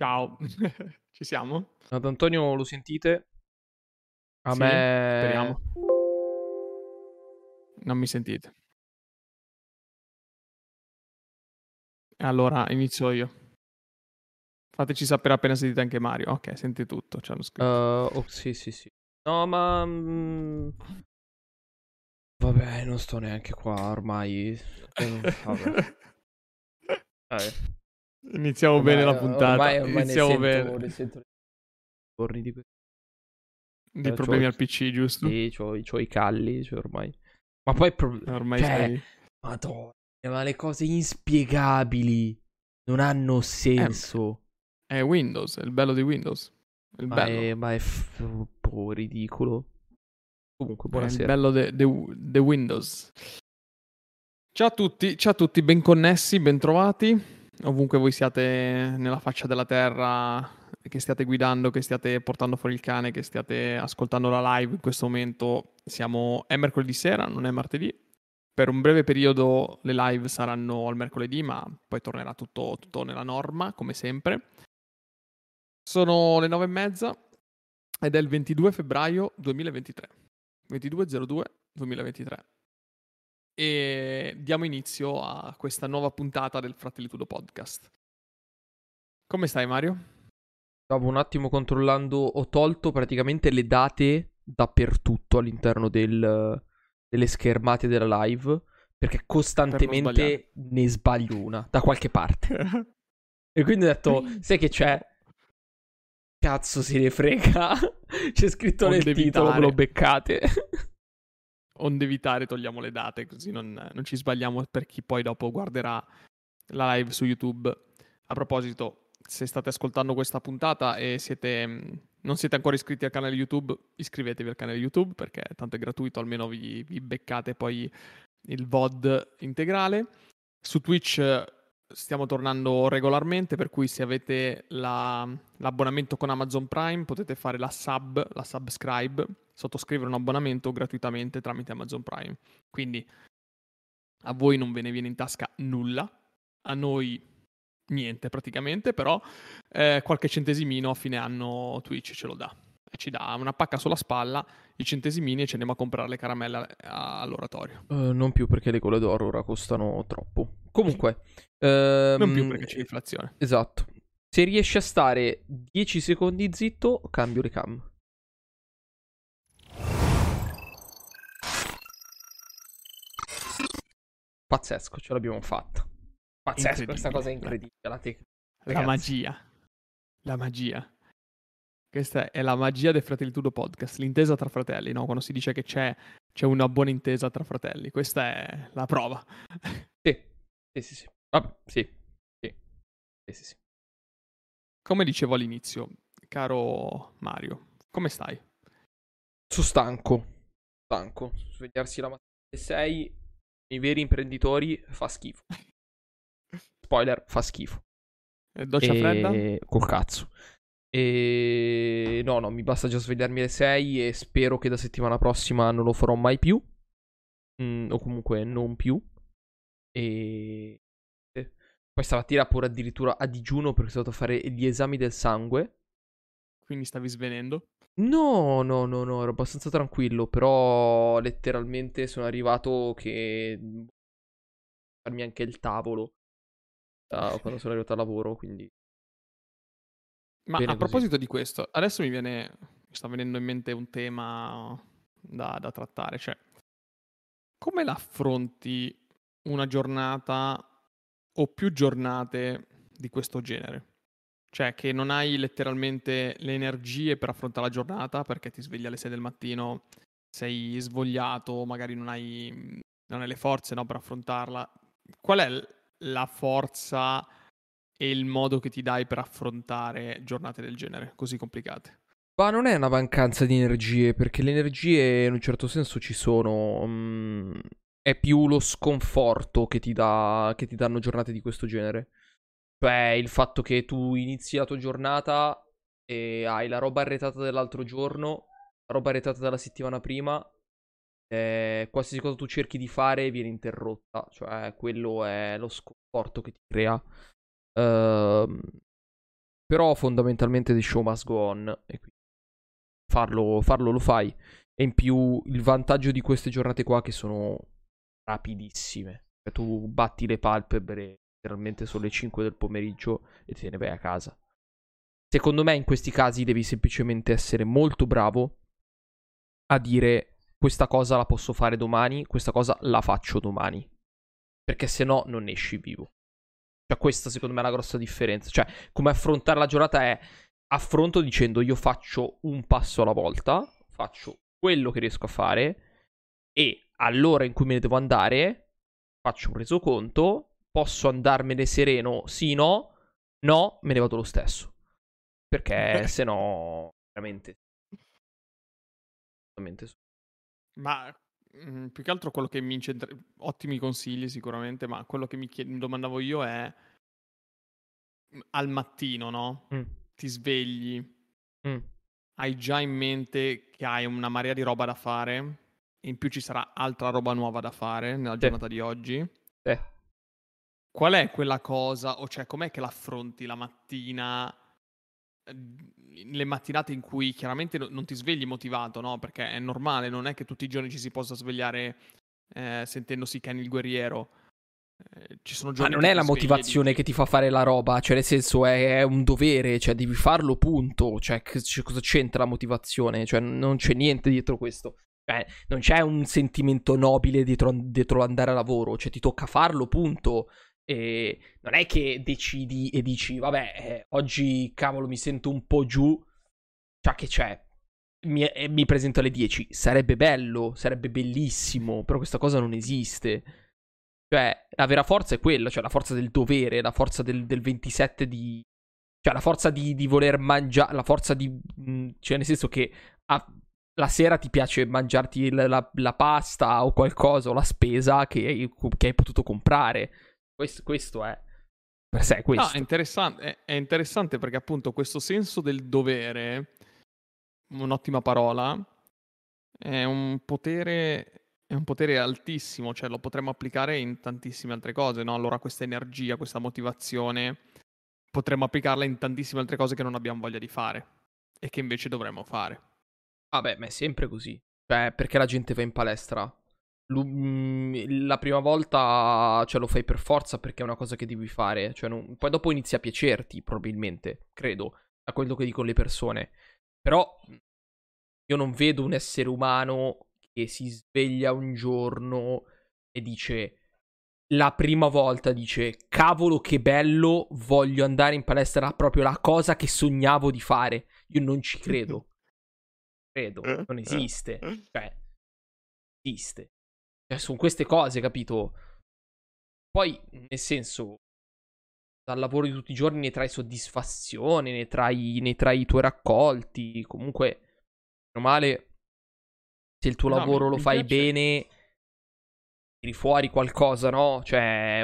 Ciao, ci siamo? Ad Antonio lo sentite? A Sì? me... Speriamo. Non mi sentite. Allora inizio io. Fateci sapere appena sentite anche Mario. Ok, senti tutto, ci hanno scritto. oh, sì, sì, sì. No, ma... vabbè, non sto neanche qua ormai. Vabbè. Vabbè. Iniziamo bene la puntata. Ormai ne Iniziamo bene. sento... Ne sento i giorni di questo. Di problemi al PC, giusto? Sì, c'ho i calli, cioè ormai. Ma poi... Ormai Cioè... sei... Madonna, ma le cose inspiegabili non hanno Eh, senso. è Windows, è il bello di Windows. È il bello. Ma è ridicolo. Comunque, È il buonasera. bello de Windows. Ciao a tutti, ben connessi, ben trovati, ovunque voi siate nella faccia della terra, che stiate guidando, che stiate portando fuori il cane, che stiate ascoltando la live in questo momento. È mercoledì sera, non è martedì. Per un breve periodo le live saranno al mercoledì, ma poi tornerà tutto nella norma, come sempre. Sono le 9:30 ed è il 22 febbraio 2023. 22/02/2023. E diamo inizio a questa nuova puntata del Fratellitudo Podcast. Come stai, Mario? Stavo un attimo controllando, ho tolto praticamente le date dappertutto all'interno delle schermate della live, perché Per non sbagliare. costantemente ne sbaglio una, da qualche parte. E quindi ho detto, sai che c'è? Cazzo se ne frega. C'è scritto Onde nel titolo, ve lo evitare, beccate. onde evitare, togliamo le date, così non ci sbagliamo per chi poi dopo guarderà la live su YouTube. A proposito, se state ascoltando questa puntata e non siete ancora iscritti al canale YouTube, iscrivetevi al canale YouTube perché tanto è gratuito, almeno vi beccate poi il VOD integrale. Su Twitch stiamo tornando regolarmente, per cui se avete l'abbonamento con Amazon Prime potete fare la subscribe, sottoscrivere un abbonamento gratuitamente tramite Amazon Prime. Quindi a voi non ve ne viene in tasca nulla, a noi niente praticamente, però qualche centesimino a fine anno Twitch ce lo dà. E ci dà una pacca sulla spalla, i centesimini e ci andiamo a comprare le caramelle all'oratorio. Non più perché le gole d'oro ora costano troppo. Comunque, Non più perché c'è l'inflazione. esatto. Se riesci a stare 10 secondi zitto, cambio le cam. Pazzesco, ce l'abbiamo fatta. Pazzesco, questa Incredibile. cosa è incredibile. La tecnica. La Ragazzi, magia. La magia. Questa è la magia del Fratellitudo Podcast, l'intesa tra fratelli, no? Quando si dice che c'è una buona intesa tra fratelli. Questa è la prova. sì, sì, sì, sì. Vabbè, sì, sì, sì, sì, sì. Come dicevo all'inizio, caro Mario, come stai? Sono stanco. Stanco. Svegliarsi la mattina alle 6, i veri imprenditori, fa schifo. Spoiler, fa schifo. Doccia fredda? E... col cazzo. E... no, mi basta già svegliarmi alle 6 e spero che da settimana prossima non lo farò mai più. O comunque non più. E... poi stamattina pure addirittura a digiuno perché sono andato a fare gli esami del sangue. Quindi stavi svenendo? No, no, no, no, ero abbastanza tranquillo, però letteralmente sono arrivato che farmi anche il tavolo quando sono arrivato al lavoro, quindi Ma a bene così. proposito di questo, adesso mi sta venendo in mente un tema da trattare, cioè come la affronti una giornata o più giornate di questo genere? Cioè che non hai letteralmente le energie per affrontare la giornata perché ti svegli alle 6 del mattino, sei svogliato, magari non hai le forze, no, per affrontarla. Qual è la forza e il modo che ti dai per affrontare giornate del genere, così complicate? Ma non è una mancanza di energie, perché le energie in un certo senso ci sono. È più lo sconforto che ti danno giornate di questo genere. Cioè, il fatto che tu inizi la tua giornata e hai la roba arretata dell'altro giorno, la roba arretata della settimana prima, qualsiasi cosa tu cerchi di fare viene interrotta. Cioè, quello è lo sconforto che ti crea. Ehm, Però fondamentalmente the show must go on, e quindi farlo lo fai. E in più il vantaggio di queste giornate qua che sono rapidissime. Cioè, tu batti le palpebre, letteralmente sono le 5 del pomeriggio e te ne vai a casa. Secondo me in questi casi devi semplicemente essere molto bravo a dire questa cosa la posso fare domani, questa cosa la faccio domani. Perché se no non esci vivo. Cioè questa secondo me è la grossa differenza. Cioè come affrontare la giornata è affronto dicendo io faccio un passo alla volta, faccio quello che riesco a fare e all'ora in cui me ne devo andare faccio un resoconto, posso andarmene sereno, sì, no, no, me ne vado lo stesso. Perché se no veramente Ma più che altro quello che mi ottimi consigli sicuramente, ma quello che mi domandavo io è al mattino, no? mm, Ti svegli, mm, hai già in mente che hai una marea di roba da fare, e in più ci sarà altra roba nuova da fare nella sì, giornata di oggi. sì. Qual è quella cosa, o cioè com'è che l'affronti la mattina, le mattinate in cui chiaramente non ti svegli motivato, no? Perché è normale, non è che tutti i giorni ci si possa svegliare sentendosi Ken il guerriero. Ci sono Ma giorni non che è ti la svegli e motivazione dici, che ti fa fare la roba, cioè nel senso è un dovere, cioè devi farlo punto, cioè cosa c'entra la motivazione? Cioè non c'è niente dietro questo, cioè non c'è un sentimento nobile dietro l'andare a lavoro, cioè ti tocca farlo punto e non è che decidi e dici vabbè oggi cavolo mi sento un po' giù, cioè che c'è? Mi presento alle 10, sarebbe bello, sarebbe bellissimo, però questa cosa non esiste. Cioè, la vera forza è quella, cioè la forza del dovere, la forza del 27 di... Cioè, la forza di voler mangiare, la forza di... cioè, nel senso che la sera ti piace mangiarti la pasta o qualcosa, o la spesa che hai potuto comprare. Questo è... Per sé è no, questo. è interessante perché appunto questo senso del dovere, un'ottima parola, è un potere altissimo, cioè lo potremmo applicare in tantissime altre cose, no? Allora questa energia, questa motivazione, potremmo applicarla in tantissime altre cose che non abbiamo voglia di fare e che invece dovremmo fare. Vabbè, ma è sempre così. Cioè, perché la gente va in palestra? La prima volta ce lo fai per forza perché è una cosa che devi fare. Cioè, poi dopo inizia a piacerti, probabilmente, credo, a quello che dicono le persone. Però io non vedo un essere umano che si sveglia un giorno e dice... La prima volta dice, cavolo che bello, voglio andare in palestra, era proprio la cosa che sognavo di fare. Io non ci credo, non esiste. Cioè, esiste. Cioè, sono queste cose, capito? Poi, nel senso, dal lavoro di tutti i giorni ne trai soddisfazione, ne trai i tuoi raccolti. Comunque, meno male, se il tuo No, lavoro lo mi fai piace. bene, tiri fuori qualcosa, no? Cioè,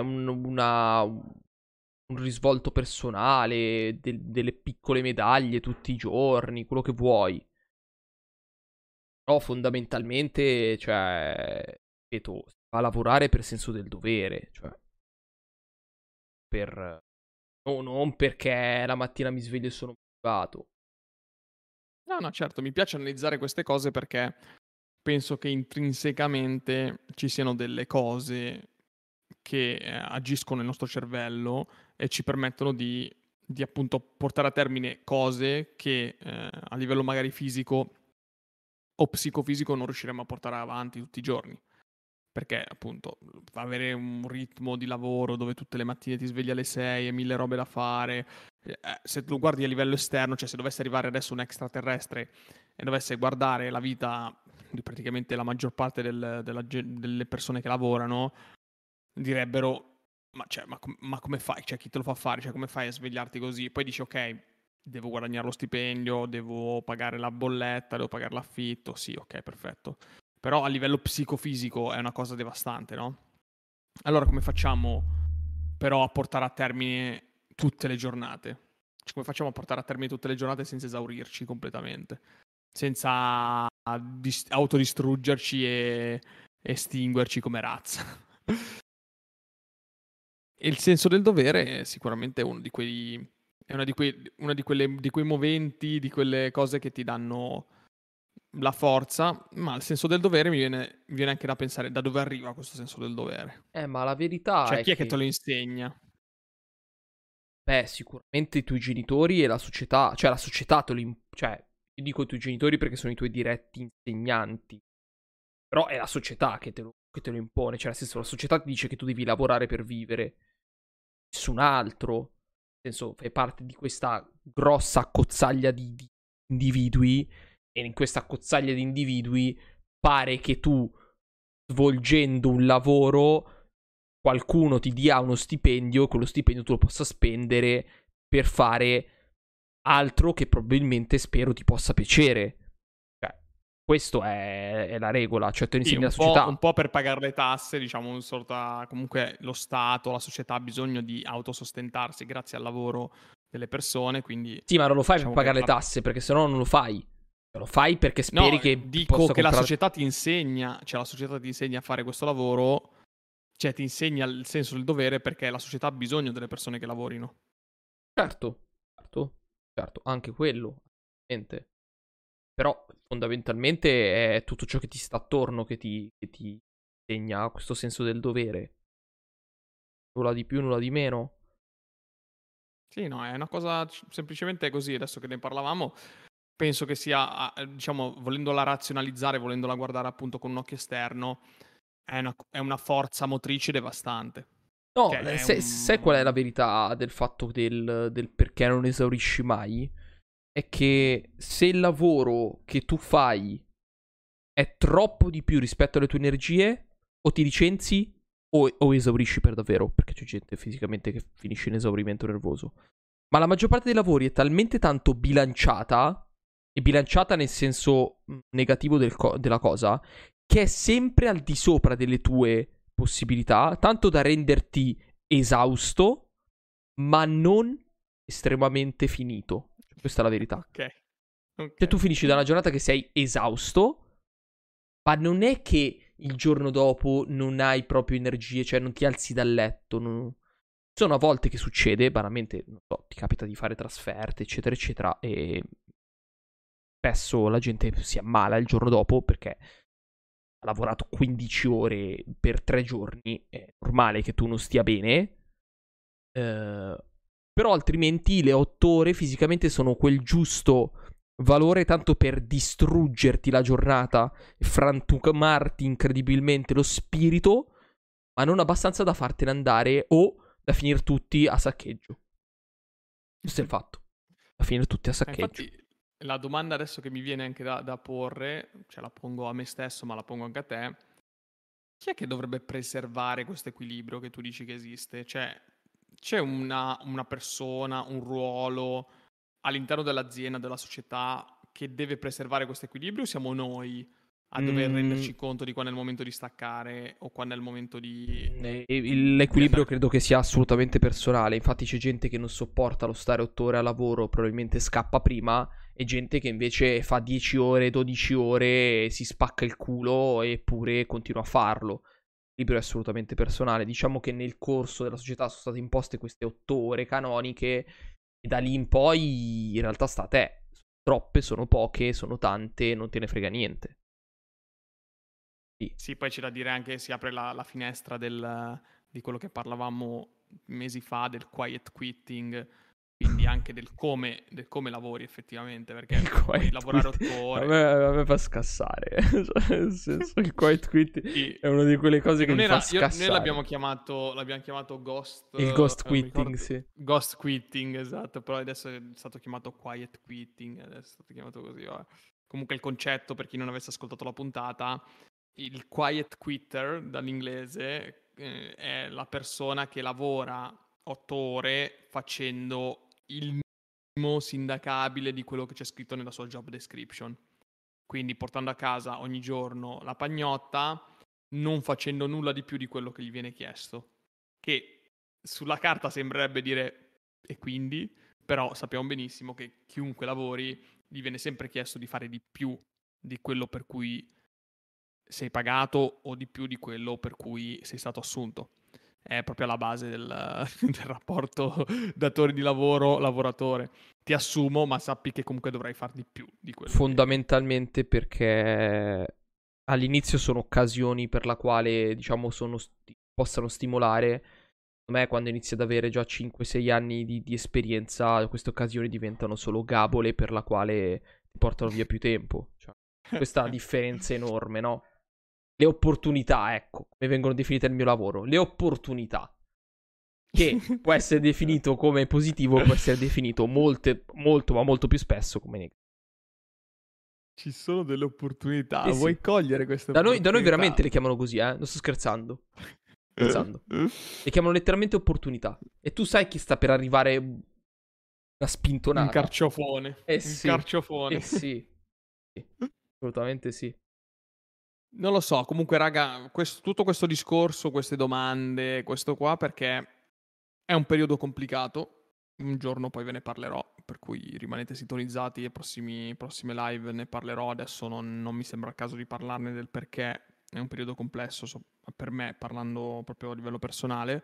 un risvolto personale, delle piccole medaglie tutti i giorni, quello che vuoi. Però fondamentalmente, cioè, ripeto, si va a lavorare per senso del dovere, cioè, per... no, non perché la mattina mi sveglio e sono motivato. No, no, certo, mi piace analizzare queste cose perché penso che intrinsecamente ci siano delle cose che agiscono nel nostro cervello e ci permettono di appunto portare a termine cose che a livello magari fisico o psicofisico non riusciremo a portare avanti tutti i giorni. Perché appunto avere un ritmo di lavoro dove tutte le mattine ti svegli alle 6 e mille robe da fare, se lo guardi a livello esterno, cioè se dovesse arrivare adesso un extraterrestre e dovesse guardare la vita di praticamente la maggior parte delle persone che lavorano, direbbero ma come fai? Cioè chi te lo fa fare? Cioè come fai a svegliarti così? Poi dici ok, devo guadagnare lo stipendio, devo pagare la bolletta, devo pagare l'affitto, sì, ok, perfetto. Però a livello psicofisico è una cosa devastante, no? Allora come facciamo però a portare a termine tutte le giornate? Cioè, come facciamo a portare a termine tutte le giornate senza esaurirci completamente? Senza autodistruggerci e estinguerci come razza? E il senso del dovere è sicuramente uno di quei È una di quei moventi, di quelle cose che ti danno la forza, ma il senso del dovere mi viene anche da pensare da dove arriva questo senso del dovere. Ma la verità Cioè, è chi è che te che, lo insegna? beh, sicuramente i tuoi genitori e la società, cioè la società cioè, io dico i tuoi genitori perché sono i tuoi diretti insegnanti, però è la società che te lo impone, cioè nel senso la società ti dice che tu devi lavorare per vivere, nessun altro, nel senso fai parte di questa grossa accozzaglia di individui e in questa accozzaglia di individui pare che tu svolgendo un lavoro qualcuno ti dia uno stipendio, quello stipendio tu lo possa spendere per fare altro che probabilmente spero ti possa piacere. Cioè, questo è la regola, cioè te lo Sì, insegna la un società. po' per pagare le tasse, diciamo, un sorta, comunque lo Stato, la società ha bisogno di autosostentarsi grazie al lavoro delle persone, quindi Sì, ma non lo fai per diciamo che pagare le tasse, perché sennò non lo fai. Lo fai perché speri no, che dico possa che la comprare. società ti insegna, cioè la società ti insegna a fare questo lavoro, cioè ti insegna il senso del dovere perché la società ha bisogno delle persone che lavorino. Certo, certo, certo, anche quello, assolutamente. Però fondamentalmente è tutto ciò che ti sta attorno che ti insegna questo senso del dovere. Nulla di più, nulla di meno. Sì, no, è una cosa semplicemente così, adesso che ne parlavamo, penso che sia, diciamo, volendola razionalizzare, volendola guardare appunto con un occhio esterno, è una forza motrice devastante. No, Cioè, è sai qual è la un... verità del fatto del perché non esaurisci mai? È che se il lavoro che tu fai è troppo di più rispetto alle tue energie, o ti licenzi o esaurisci per davvero, perché c'è gente fisicamente che finisce in esaurimento nervoso. Ma la maggior parte dei lavori è talmente tanto bilanciata, e bilanciata nel senso negativo della cosa, che è sempre al di sopra delle tue possibilità, tanto da renderti esausto, ma non estremamente finito. Questa è la verità. Ok, ok. Cioè tu finisci da una giornata che sei esausto, ma non è che il giorno dopo non hai proprio energie, cioè non ti alzi dal letto. Sono a volte che succede, banalmente, non so, ti capita di fare trasferte, eccetera, eccetera, e spesso la gente si ammala il giorno dopo perché ha lavorato 15 ore per 3 giorni, è normale che tu non stia bene, però altrimenti le 8 ore fisicamente sono quel giusto valore tanto per distruggerti la giornata e frantumarti incredibilmente lo spirito, ma non abbastanza da fartene andare o da finire tutti a saccheggio. Questo è il fatto. Da finire tutti a saccheggio. Infatti, la domanda adesso che mi viene anche da porre, cioè la pongo a me stesso, ma la pongo anche a te, chi è che dovrebbe preservare questo equilibrio che tu dici che esiste? Cioè, c'è una persona, un ruolo all'interno dell'azienda, della società che deve preservare questo equilibrio o siamo noi a dover Mm, renderci conto di quando è il momento di staccare o quando è il momento di L'equilibrio andare... credo che sia assolutamente personale. Infatti c'è gente che non sopporta lo stare 8 ore a lavoro, probabilmente scappa prima, e gente che invece fa 10 ore, 12 ore, si spacca il culo eppure continua a farlo. L'equilibrio è assolutamente personale. Diciamo che nel corso della società sono state imposte queste 8 ore canoniche e da lì in poi in realtà sta a te. Sono troppe, sono poche, sono tante, non te ne frega niente. Sì. Sì, poi c'è da dire anche, si apre la finestra di quello che parlavamo mesi fa, del quiet quitting, quindi anche del come lavori effettivamente, Il perché puoi quiet lavorare quit 8 ore. a me fa scassare. Cioè, nel senso, il quiet quit Sì, è una di quelle cose che che non mi fa era, noi scassare. l'abbiamo chiamato ghost, Il ghost non mi quitting, ricordo, sì. ghost quitting, esatto, però adesso è stato chiamato quiet quitting, adesso è stato chiamato così. Vabbè. Comunque il concetto, per chi non avesse ascoltato la puntata, il quiet quitter dall'inglese è la persona che lavora 8 ore facendo il minimo sindacabile di quello che c'è scritto nella sua job description. Quindi portando a casa ogni giorno la pagnotta, non facendo nulla di più di quello che gli viene chiesto. Che sulla carta sembrerebbe dire e quindi, però sappiamo benissimo che chiunque lavori gli viene sempre chiesto di fare di più di quello per cui sei pagato o di più di quello per cui sei stato assunto. è proprio alla base del rapporto datore di lavoro, lavoratore. Ti assumo, ma sappi che comunque dovrai far di più di quello che... Fondamentalmente perché all'inizio sono occasioni per la quale, diciamo, possano stimolare. Secondo me, quando inizi ad avere già 5-6 anni di esperienza, queste occasioni diventano solo gabole per la quale ti portano via più tempo. Cioè, questa differenza enorme, no? Le opportunità, ecco, come vengono definite nel mio lavoro. Le opportunità. Che può essere definito come positivo, può essere definito molto, ma molto più spesso come negativo. Ci sono delle opportunità, Sì, vuoi sì. cogliere queste Da noi opportunità? veramente le chiamano così, eh? Non sto scherzando. Scherzando. Le chiamano letteralmente opportunità. E tu sai chi sta per arrivare una Un spintonata. carciofone. Eh Un sì. carciofone. Eh sì. Sì. Assolutamente sì. Non lo so, comunque raga, tutto questo discorso, queste domande, questo qua, perché è un periodo complicato. Un giorno poi ve ne parlerò, per cui rimanete sintonizzati e prossime live ne parlerò. Adesso non mi sembra il caso di parlarne del perché è un periodo complesso per me, parlando proprio a livello personale.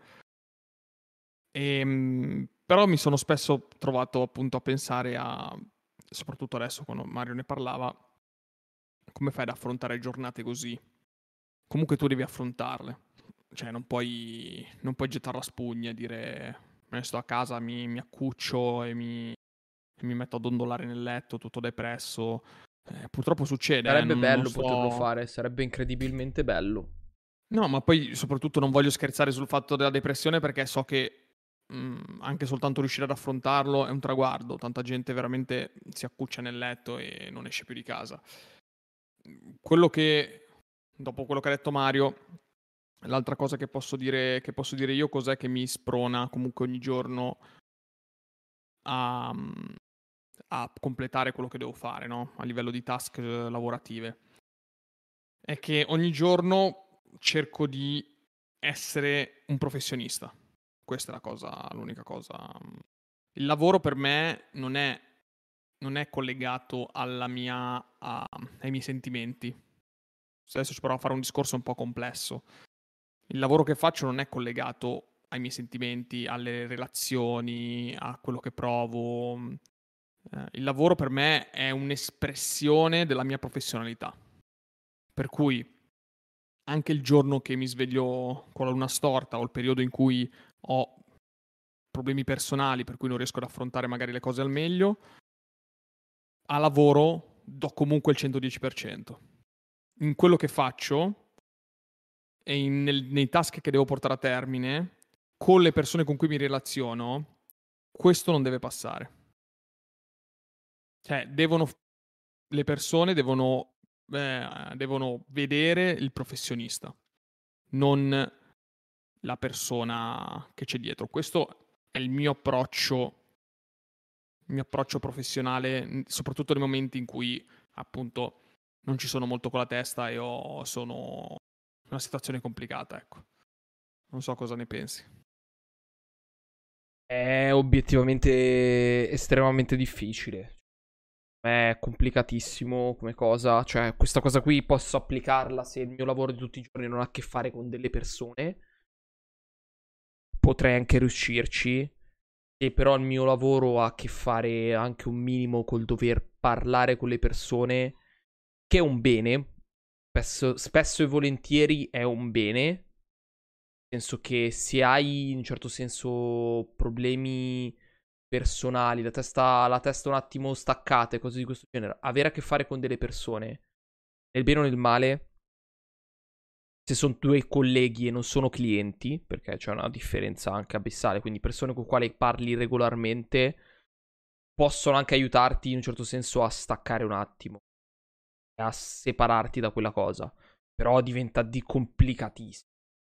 Però mi sono spesso trovato appunto a pensare soprattutto adesso quando Mario ne parlava, come fai ad affrontare giornate così? Comunque tu devi affrontarle. Cioè, non puoi gettare la spugna e dire me ne sto a casa, mi accuccio e mi metto a dondolare nel letto tutto depresso. Purtroppo succede, Sarebbe non bello poterlo sto... fare. Sarebbe incredibilmente bello. No, ma poi soprattutto non voglio scherzare sul fatto della depressione perché so che anche soltanto riuscire ad affrontarlo è un traguardo. Tanta gente veramente si accuccia nel letto e non esce più di casa. Quello che, dopo quello che ha detto Mario, l'altra cosa che posso dire io, cos'è che mi sprona comunque ogni giorno a completare quello che devo fare, no? A livello di task lavorative. È che ogni giorno cerco di essere un professionista. Questa è l'unica cosa. Il lavoro per me non è collegato ai miei sentimenti. Adesso ci provo a fare un discorso un po' complesso. Il lavoro che faccio non è collegato ai miei sentimenti, alle relazioni, a quello che provo. Il lavoro per me è un'espressione della mia professionalità. Per cui anche il giorno che mi sveglio con la luna storta o il periodo in cui ho problemi personali per cui non riesco ad affrontare magari le cose al meglio, a lavoro do comunque il 110%. In quello che faccio e nei task che devo portare a termine, con le persone con cui mi relaziono, questo non deve passare. Cioè, le persone devono vedere il professionista, non la persona che c'è dietro. Questo è il mio approccio professionale, soprattutto nei momenti in cui appunto non ci sono molto con la testa e sono in una situazione complicata, ecco. Non so cosa ne pensi. È obiettivamente estremamente difficile. È complicatissimo come cosa. Cioè, questa cosa qui posso applicarla se il mio lavoro di tutti i giorni non ha a che fare con delle persone. Potrei anche riuscirci. Se però il mio lavoro ha a che fare anche un minimo col dover parlare con le persone, che è un bene. Spesso e volentieri è un bene. Nel senso che se hai in un certo senso problemi personali, la testa un attimo staccata e cose di questo genere, avere a che fare con delle persone, nel bene o nel male, se sono tuoi colleghi e non sono clienti, perché c'è una differenza anche abissale, quindi persone con quali parli regolarmente, possono anche aiutarti in un certo senso a staccare un attimo, a separarti da quella cosa. Però diventa di complicatissimo.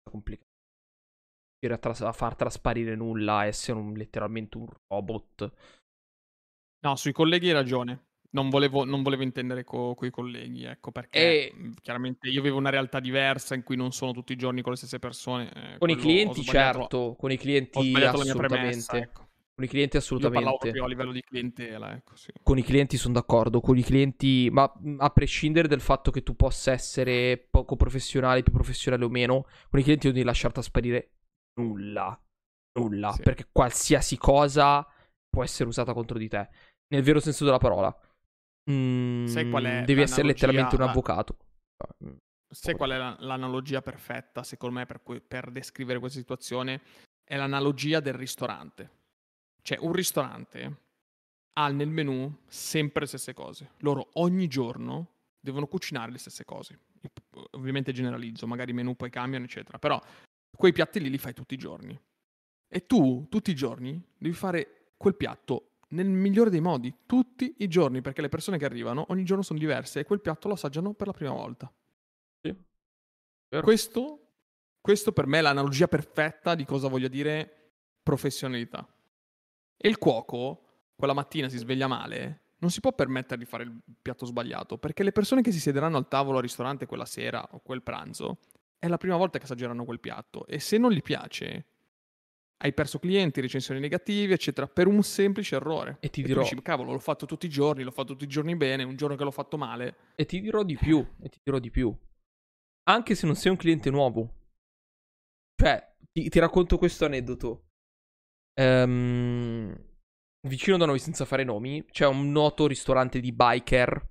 A far trasparire nulla, essere letteralmente un robot. No, sui colleghi hai ragione. Non volevo intendere coi colleghi, ecco, perché E chiaramente io vivo una realtà diversa in cui non sono tutti i giorni con le stesse persone. con i Quello ho clienti, sbagliato, certo, con i ho clienti sbagliato la mia premessa, assolutamente. ecco. Con i clienti Io parlavo assolutamente. proprio a livello di clientela, ecco, sì. Con i clienti sono d'accordo, con i clienti, ma a prescindere dal fatto che tu possa essere poco professionale, più professionale o meno, con i clienti devi lasciar trasparire nulla, Sì. perché qualsiasi cosa può essere usata contro di te, nel vero senso della parola. Sai qual è Devi essere letteralmente l'analogia? un avvocato. Sai Poco da qual è fare. l'analogia perfetta, secondo me, per descrivere questa situazione? È l'analogia del ristorante. Cioè, un ristorante ha nel menù sempre le stesse cose. Loro ogni giorno devono cucinare le stesse cose. Ovviamente generalizzo, magari i menù poi cambiano, eccetera. Però quei piatti lì li fai tutti i giorni. E tu, tutti i giorni, devi fare quel piatto nel migliore dei modi, tutti i giorni, perché le persone che arrivano ogni giorno sono diverse e quel piatto lo assaggiano per la prima volta. Sì, vero. Questo per me è l'analogia perfetta di cosa voglio dire professionalità. E il cuoco, quella mattina si sveglia male, non si può permettere di fare il piatto sbagliato, perché le persone che si siederanno al tavolo al ristorante quella sera o quel pranzo è la prima volta che assaggeranno quel piatto e se non gli piace hai perso clienti, recensioni negative, eccetera, per un semplice errore. E ti E tu dirò, dici, cavolo, l'ho fatto tutti i giorni, l'ho fatto tutti i giorni bene, un giorno che l'ho fatto male. e ti dirò di più, e ti dirò di più. Anche se non sei un cliente nuovo. Cioè, ti racconto questo aneddoto. Ehm, Vicino da noi, senza fare nomi, c'è un noto ristorante di biker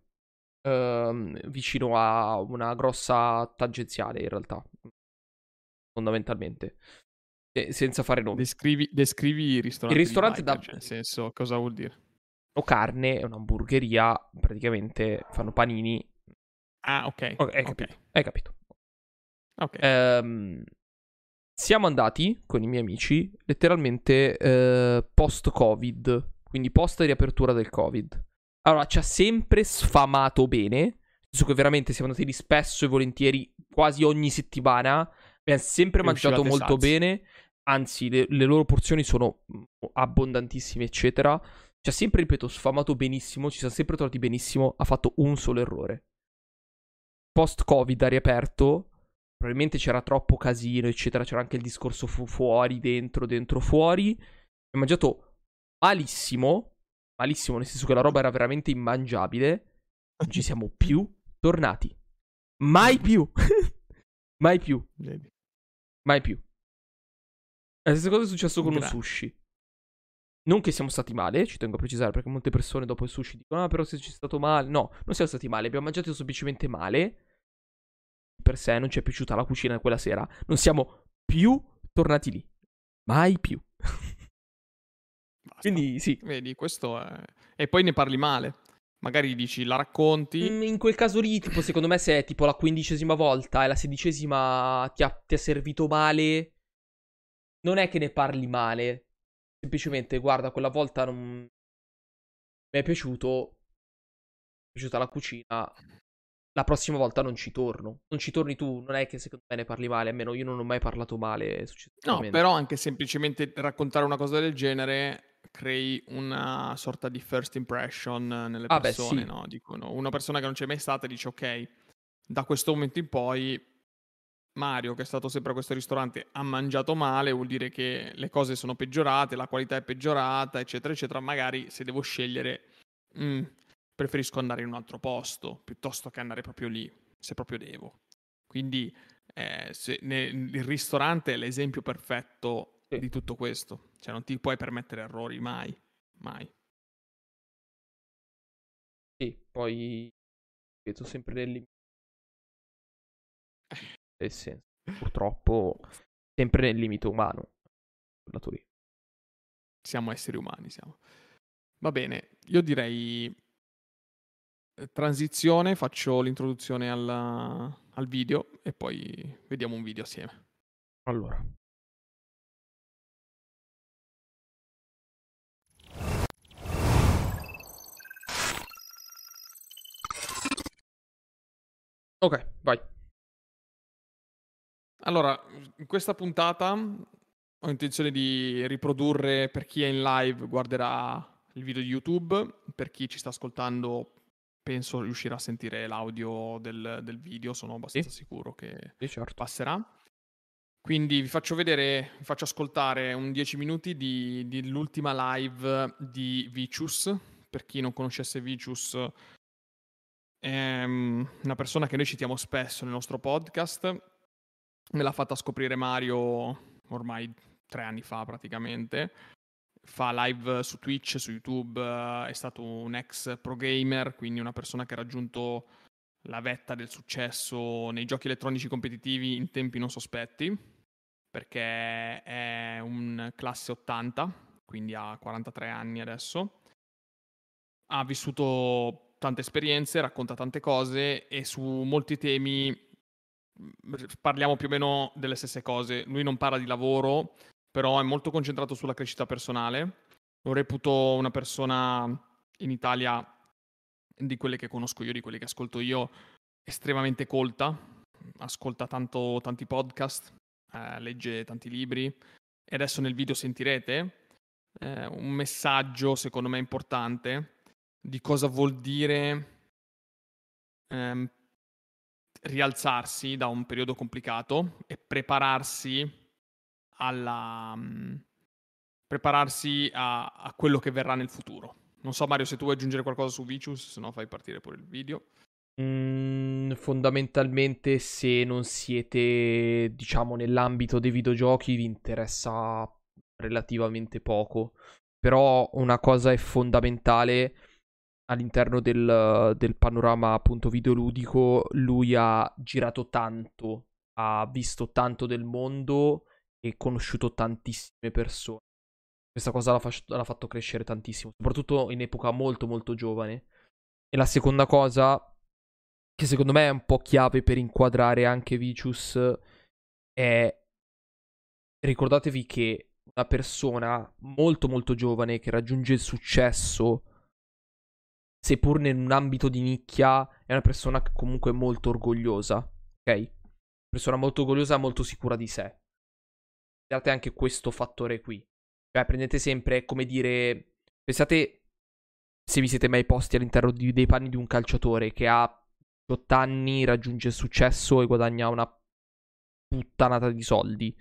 vicino a una grossa tangenziale, in realtà, fondamentalmente. Senza fare nomi. Descrivi i Il ristoranti di ristorante biker, da cioè nel senso, cosa vuol dire? o carne, è un'hamburgeria, praticamente fanno panini. Ah, ok, Ok, hai ok, capito, hai capito. ok. Ehm, Siamo andati con i miei amici letteralmente post-Covid, quindi post riapertura del Covid. Allora, ci ha sempre sfamato bene, nel senso che veramente siamo andati lì spesso e volentieri, quasi ogni settimana. Abbiamo sempre E mangiato uscivate molto sazi. bene, anzi le loro porzioni sono abbondantissime, eccetera. Ci ha sempre, ripeto, sfamato benissimo, ci siamo sempre trovati benissimo, ha fatto un solo errore. Post-Covid ha riaperto. Probabilmente c'era troppo casino, eccetera. C'era anche il discorso fuori, dentro, dentro, fuori. Abbiamo mangiato malissimo. Malissimo, nel senso che la roba era veramente immangiabile. Non ci siamo più tornati. Mai Vedi, più. Mai più. vedi. Mai più. La stessa cosa è successo con un Gra- sushi. Non che siamo stati male, ci tengo a precisare, perché molte persone dopo il sushi dicono: ah, però se ci è stato male. No, non siamo stati male. Abbiamo mangiato semplicemente male. Per sé non ci è piaciuta la cucina quella sera. Non siamo più tornati lì. Mai più. Basta. Quindi sì. Vedi, questo è... E poi ne parli male. Magari dici, la racconti. In quel caso lì, tipo, secondo me, se è tipo la 15ª volta e la 16ª ti ha servito male, non è che ne parli male. Semplicemente, guarda, quella volta non mi è piaciuta la cucina. La prossima volta non ci torno. Non ci torni tu, non è che secondo me ne parli male. Almeno io non ho mai parlato male No, successivamente. però anche semplicemente raccontare una cosa del genere crei una sorta di first impression nelle Ah, beh, persone, sì. no? Dicono, una persona che non c'è mai stata dice, ok, da questo momento in poi Mario, che è stato sempre a questo ristorante, ha mangiato male, vuol dire che le cose sono peggiorate, la qualità è peggiorata, eccetera, eccetera. Magari se devo scegliere, mm, preferisco andare in un altro posto piuttosto che andare proprio lì, se proprio devo. Quindi il ristorante è l'esempio perfetto Sì, di tutto questo. Cioè non ti puoi permettere errori mai, mai. sì. Poi, ripeto, sempre nel limite del senso. Purtroppo, sempre nel limite umano. Quella lì. Siamo esseri umani, siamo. Va bene, io direi transizione, faccio l'introduzione al video e poi vediamo un video assieme. Allora. Ok, vai. Allora, in questa puntata ho intenzione di riprodurre per chi è in live, guarderà il video di YouTube, per chi ci sta ascoltando penso riuscirà a sentire l'audio del video, sono Sì, abbastanza sicuro che sì, certo. passerà. Quindi vi faccio vedere, vi faccio ascoltare un 10 minuti dell'ultima live di Vicious. Per chi non conoscesse Vicious, è una persona che noi citiamo spesso nel nostro podcast. Me l'ha fatta scoprire Mario ormai 3 anni fa praticamente. Fa live su Twitch, su YouTube, è stato un ex pro gamer, quindi una persona che ha raggiunto la vetta del successo nei giochi elettronici competitivi in tempi non sospetti, perché è un classe 80, quindi ha 43 anni adesso. Ha vissuto tante esperienze, racconta tante cose e su molti temi parliamo più o meno delle stesse cose. Lui non parla di lavoro, però è molto concentrato sulla crescita personale. Lo reputo una persona in Italia, di quelle che conosco io, di quelle che ascolto io, estremamente colta. Ascolta tanti podcast, legge tanti libri. E adesso nel video sentirete un messaggio, secondo me, importante di cosa vuol dire ehm, rialzarsi da un periodo complicato e prepararsi a quello che verrà nel futuro. Non so, Mario, se tu vuoi aggiungere qualcosa su Vicious, se no fai partire pure il video. Fondamentalmente, se non siete, diciamo, nell'ambito dei videogiochi, vi interessa relativamente poco. Però una cosa è fondamentale all'interno del panorama appunto videoludico. Lui ha girato tanto, ha visto tanto del mondo e conosciuto tantissime persone. Questa cosa l'ha fatto crescere tantissimo, soprattutto in epoca molto molto giovane. E la seconda cosa, che secondo me è un po' chiave per inquadrare anche Vicious, è: ricordatevi che una persona molto molto giovane che raggiunge il successo, seppur in un ambito di nicchia, è una persona comunque molto orgogliosa, ok? Una persona molto orgogliosa e molto sicura di sé. Guardate anche questo fattore qui. Cioè, prendete sempre, come dire, pensate se vi siete mai posti all'interno dei panni di un calciatore che a 8 anni raggiunge il successo e guadagna una puttanata di soldi.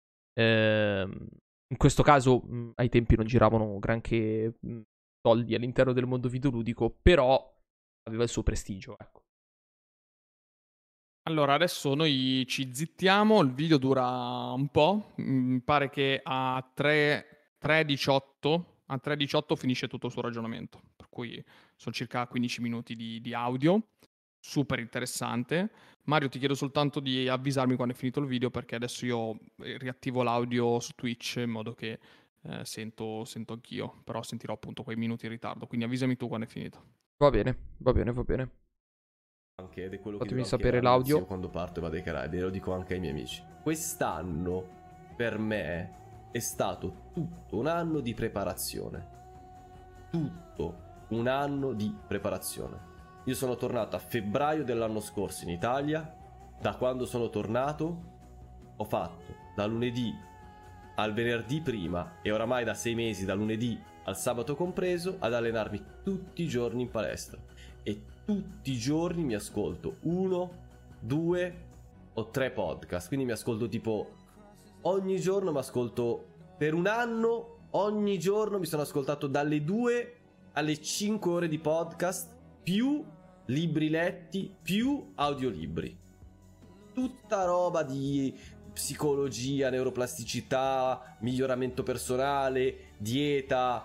In questo caso, ai tempi non giravano granché soldi all'interno del mondo videoludico, però aveva il suo prestigio, ecco. Allora, adesso noi ci zittiamo, il video dura un po', mi pare che a 3:18, a 3:18 finisce tutto il suo ragionamento, per cui sono circa 15 minuti di audio, super interessante. Mario, ti chiedo soltanto di avvisarmi quando è finito il video, perché adesso io riattivo l'audio su Twitch in modo che sento anch'io, però sentirò appunto quei minuti in ritardo, quindi avvisami tu quando è finito. Va bene, va bene, va bene. Anche, ed è quello che Fatemi dico anche sapere al mio l'audio. zio quando parto e vado ai Caraibi, e lo dico anche ai miei amici. Quest'anno per me è stato tutto un anno di preparazione. Tutto un anno di preparazione. Io sono tornato a febbraio dell'anno scorso in Italia. Da quando sono tornato ho fatto da lunedì al venerdì prima, e oramai da 6 mesi, da lunedì al sabato compreso, ad allenarmi tutti i giorni in palestra. E tutti i giorni mi ascolto 1, 2 o 3 podcast. Quindi mi ascolto tipo ogni giorno, mi ascolto per un anno, ogni giorno mi sono ascoltato dalle 2 alle 5 ore di podcast, più libri letti, più audiolibri. Tutta roba di psicologia, neuroplasticità, miglioramento personale, dieta,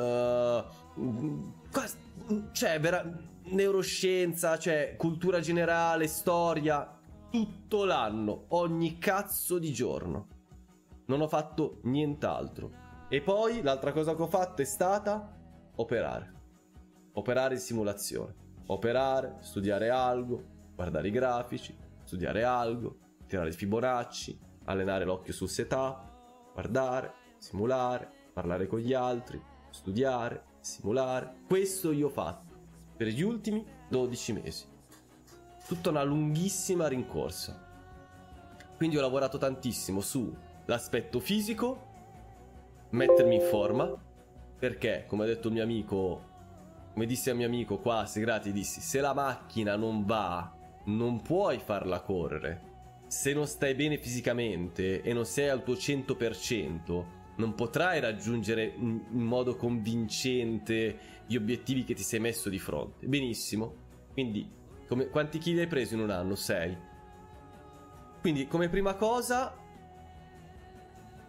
neuroscienza, cioè cultura generale, storia, tutto l'anno, ogni cazzo di giorno. Non ho fatto nient'altro. E poi l'altra cosa che ho fatto è stata operare in simulazione, operare, studiare algo, guardare i grafici, studiare algo, tirare il Fibonacci, allenare l'occhio sul setup, guardare, simulare, parlare con gli altri, studiare, simulare. Questo io ho fatto per gli ultimi 12 mesi. Tutta una lunghissima rincorsa. Quindi ho lavorato tantissimo sull'aspetto fisico, mettermi in forma, perché, come ha detto il mio amico, come disse al mio amico qua a Segrati, dissi: se la macchina non va, non puoi farla correre. Se non stai bene fisicamente e non sei al tuo 100%, non potrai raggiungere in modo convincente gli obiettivi che ti sei messo di fronte. Benissimo. Quindi, quanti chili hai preso in un anno? 6. Quindi, come prima cosa,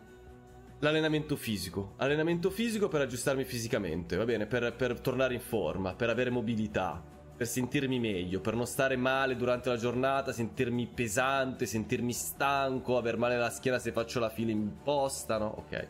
L'allenamento fisico. Allenamento fisico per aggiustarmi fisicamente, va bene? Per tornare in forma, per avere mobilità, per sentirmi meglio, per non stare male durante la giornata, sentirmi pesante, sentirmi stanco, aver male alla schiena se faccio la fila in posta, no? Ok.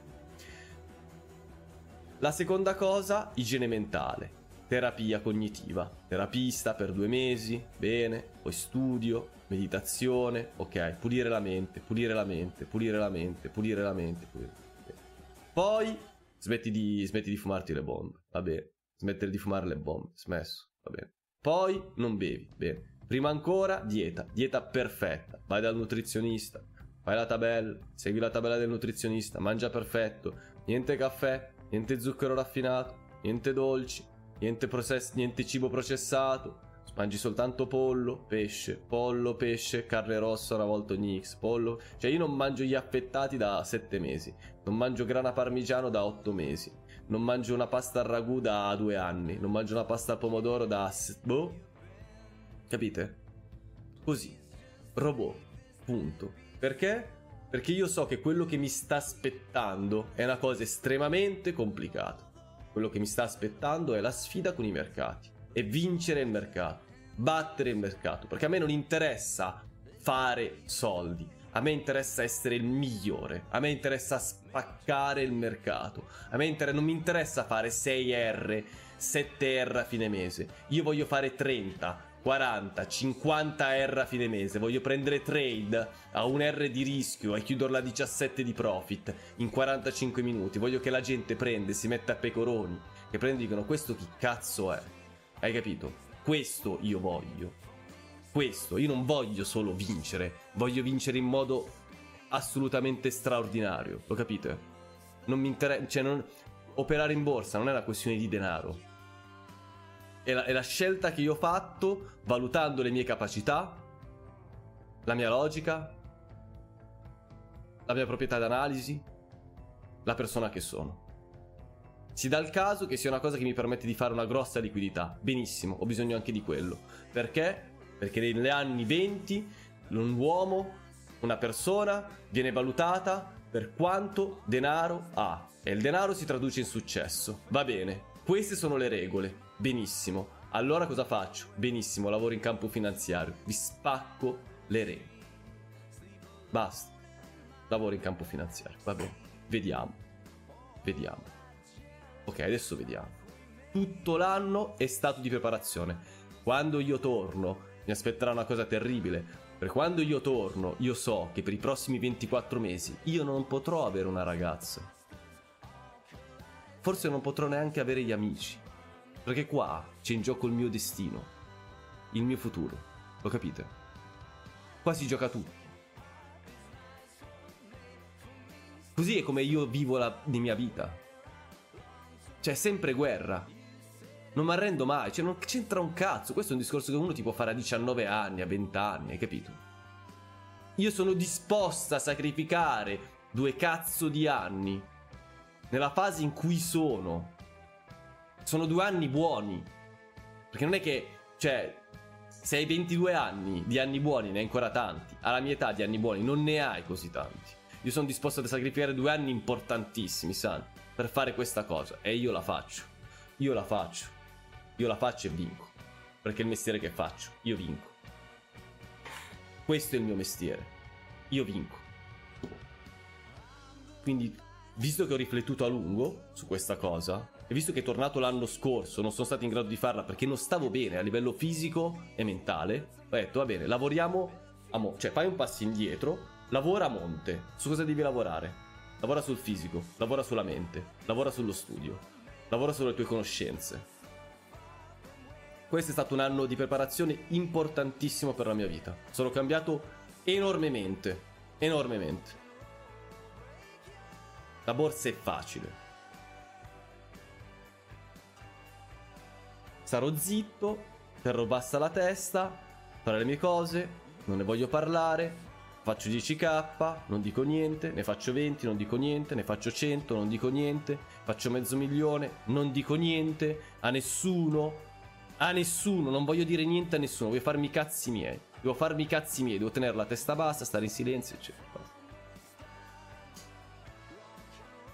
La seconda cosa, igiene mentale. Terapia cognitiva. Terapista per 2 mesi, bene. Poi studio, meditazione, ok. Pulire la mente, pulire la mente, pulire la mente, pulire la mente, pulire la mente. Poi smetti di fumarti le bombe, va bene. Smettere di fumare le bombe, smesso, va bene. Poi non bevi, bene. Prima ancora dieta perfetta. Vai dal nutrizionista, fai la tabella, segui la tabella del nutrizionista, mangia perfetto, niente caffè, niente zucchero raffinato, niente dolci, niente cibo processato. Mangi soltanto pollo, pesce, carne rossa una volta ogni X, pollo. Cioè io non mangio gli affettati da 7 mesi, non mangio grana parmigiano da 8 mesi, non mangio una pasta al ragù da 2 anni, non mangio una pasta al pomodoro da... boh, capite? Così, robot, punto. Perché? Perché io so che quello che mi sta aspettando è una cosa estremamente complicata. Quello che mi sta aspettando è la sfida con i mercati e vincere il mercato, battere il mercato, perché a me non interessa fare soldi, a me interessa essere il migliore, a me interessa spaccare il mercato, a me non mi interessa fare 6R, 7R a fine mese, io voglio fare 30, 40, 50 R a fine mese, voglio prendere trade a 1 R di rischio e chiuderla a 17 di profit in 45 minuti, voglio che la gente prende, si metta a pecoroni, che prende e dicono questo chi cazzo è, hai capito? Questo io voglio, questo, io non voglio solo vincere, voglio vincere in modo assolutamente straordinario, lo capite? Non mi interessa, cioè operare in borsa non è una questione di denaro. È la scelta che io ho fatto valutando le mie capacità, la mia logica, la mia proprietà d'analisi, la persona che sono. Si dà il caso che sia una cosa che mi permette di fare una grossa liquidità. Benissimo, ho bisogno anche di quello. Perché? Perché negli anni 20 un uomo, una persona, viene valutata per quanto denaro ha. E il denaro si traduce in successo. Va bene, queste sono le regole. Benissimo. Allora cosa faccio? Benissimo, lavoro in campo finanziario. Vi spacco le regole. Basta. Lavoro in campo finanziario. Va bene. Vediamo. Ok, adesso vediamo. Tutto l'anno è stato di preparazione. Quando io torno, mi aspetterà una cosa terribile. Per quando io torno, io so che per i prossimi 24 mesi io non potrò avere una ragazza. Forse non potrò neanche avere gli amici. Perché qua c'è in gioco il mio destino, il mio futuro, lo capite? Qua si gioca tutto. Così è come io vivo la mia vita. C'è sempre guerra. Non mi arrendo mai, cioè non c'entra un cazzo. Questo è un discorso che uno ti può fare a 19 anni, a 20 anni, hai capito? Io sono disposta a sacrificare 2 cazzo di anni nella fase in cui sono 2 anni buoni, perché non è che, cioè, se hai 22 anni di anni buoni ne hai ancora tanti, alla mia età di anni buoni non ne hai così tanti. Io sono disposto a sacrificare 2 anni importantissimi, sai, per fare questa cosa, e io la faccio e vinco, perché è il mestiere che faccio, io vinco, questo è il mio mestiere, io vinco. Quindi, visto che ho riflettuto a lungo su questa cosa, e visto che è tornato l'anno scorso, non sono stato in grado di farla perché non stavo bene a livello fisico e mentale, ho detto, va bene, lavoriamo cioè fai un passo indietro, lavora a monte. Su cosa devi lavorare? Lavora sul fisico, lavora sulla mente, lavora sullo studio, lavora sulle tue conoscenze. Questo è stato un anno di preparazione importantissimo per la mia vita. Sono cambiato enormemente. La borsa è facile. Sarò zitto, terrò bassa la testa, farò le mie cose, non ne voglio parlare, faccio 10k, non dico niente, ne faccio 20, non dico niente, ne faccio 100, non dico niente, faccio 500.000, non dico niente, a nessuno, non voglio dire niente a nessuno, voglio farmi i cazzi miei, devo tenere la testa bassa, stare in silenzio, eccetera.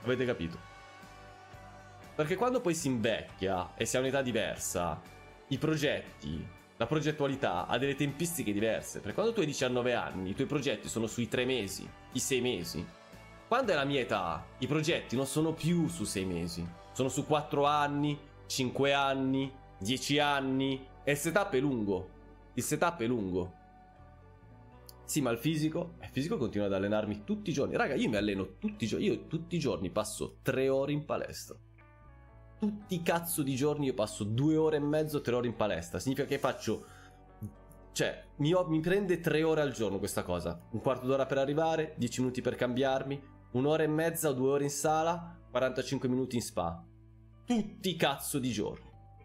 Avete capito? Perché quando poi si invecchia e si ha un'età diversa, i progetti, la progettualità ha delle tempistiche diverse. Perché quando tu hai 19 anni, i tuoi progetti sono sui 3 mesi, i 6 mesi. Quando è la mia età, i progetti non sono più su 6 mesi, sono su 4 anni, 5 anni, 10 anni. E il setup è lungo. Il setup è lungo. Sì, ma il fisico continua ad allenarmi tutti i giorni. Raga, io mi alleno tutti i giorni. Io tutti i giorni passo 3 ore in palestra. Tutti i cazzo di giorni io passo 2 ore e mezzo, 3 ore in palestra. Significa che faccio... Cioè, mi prende 3 ore al giorno questa cosa. Un quarto d'ora per arrivare, 10 minuti per cambiarmi, 1 ora e mezza o 2 ore in sala, 45 minuti in spa. Tutti i cazzo di giorni.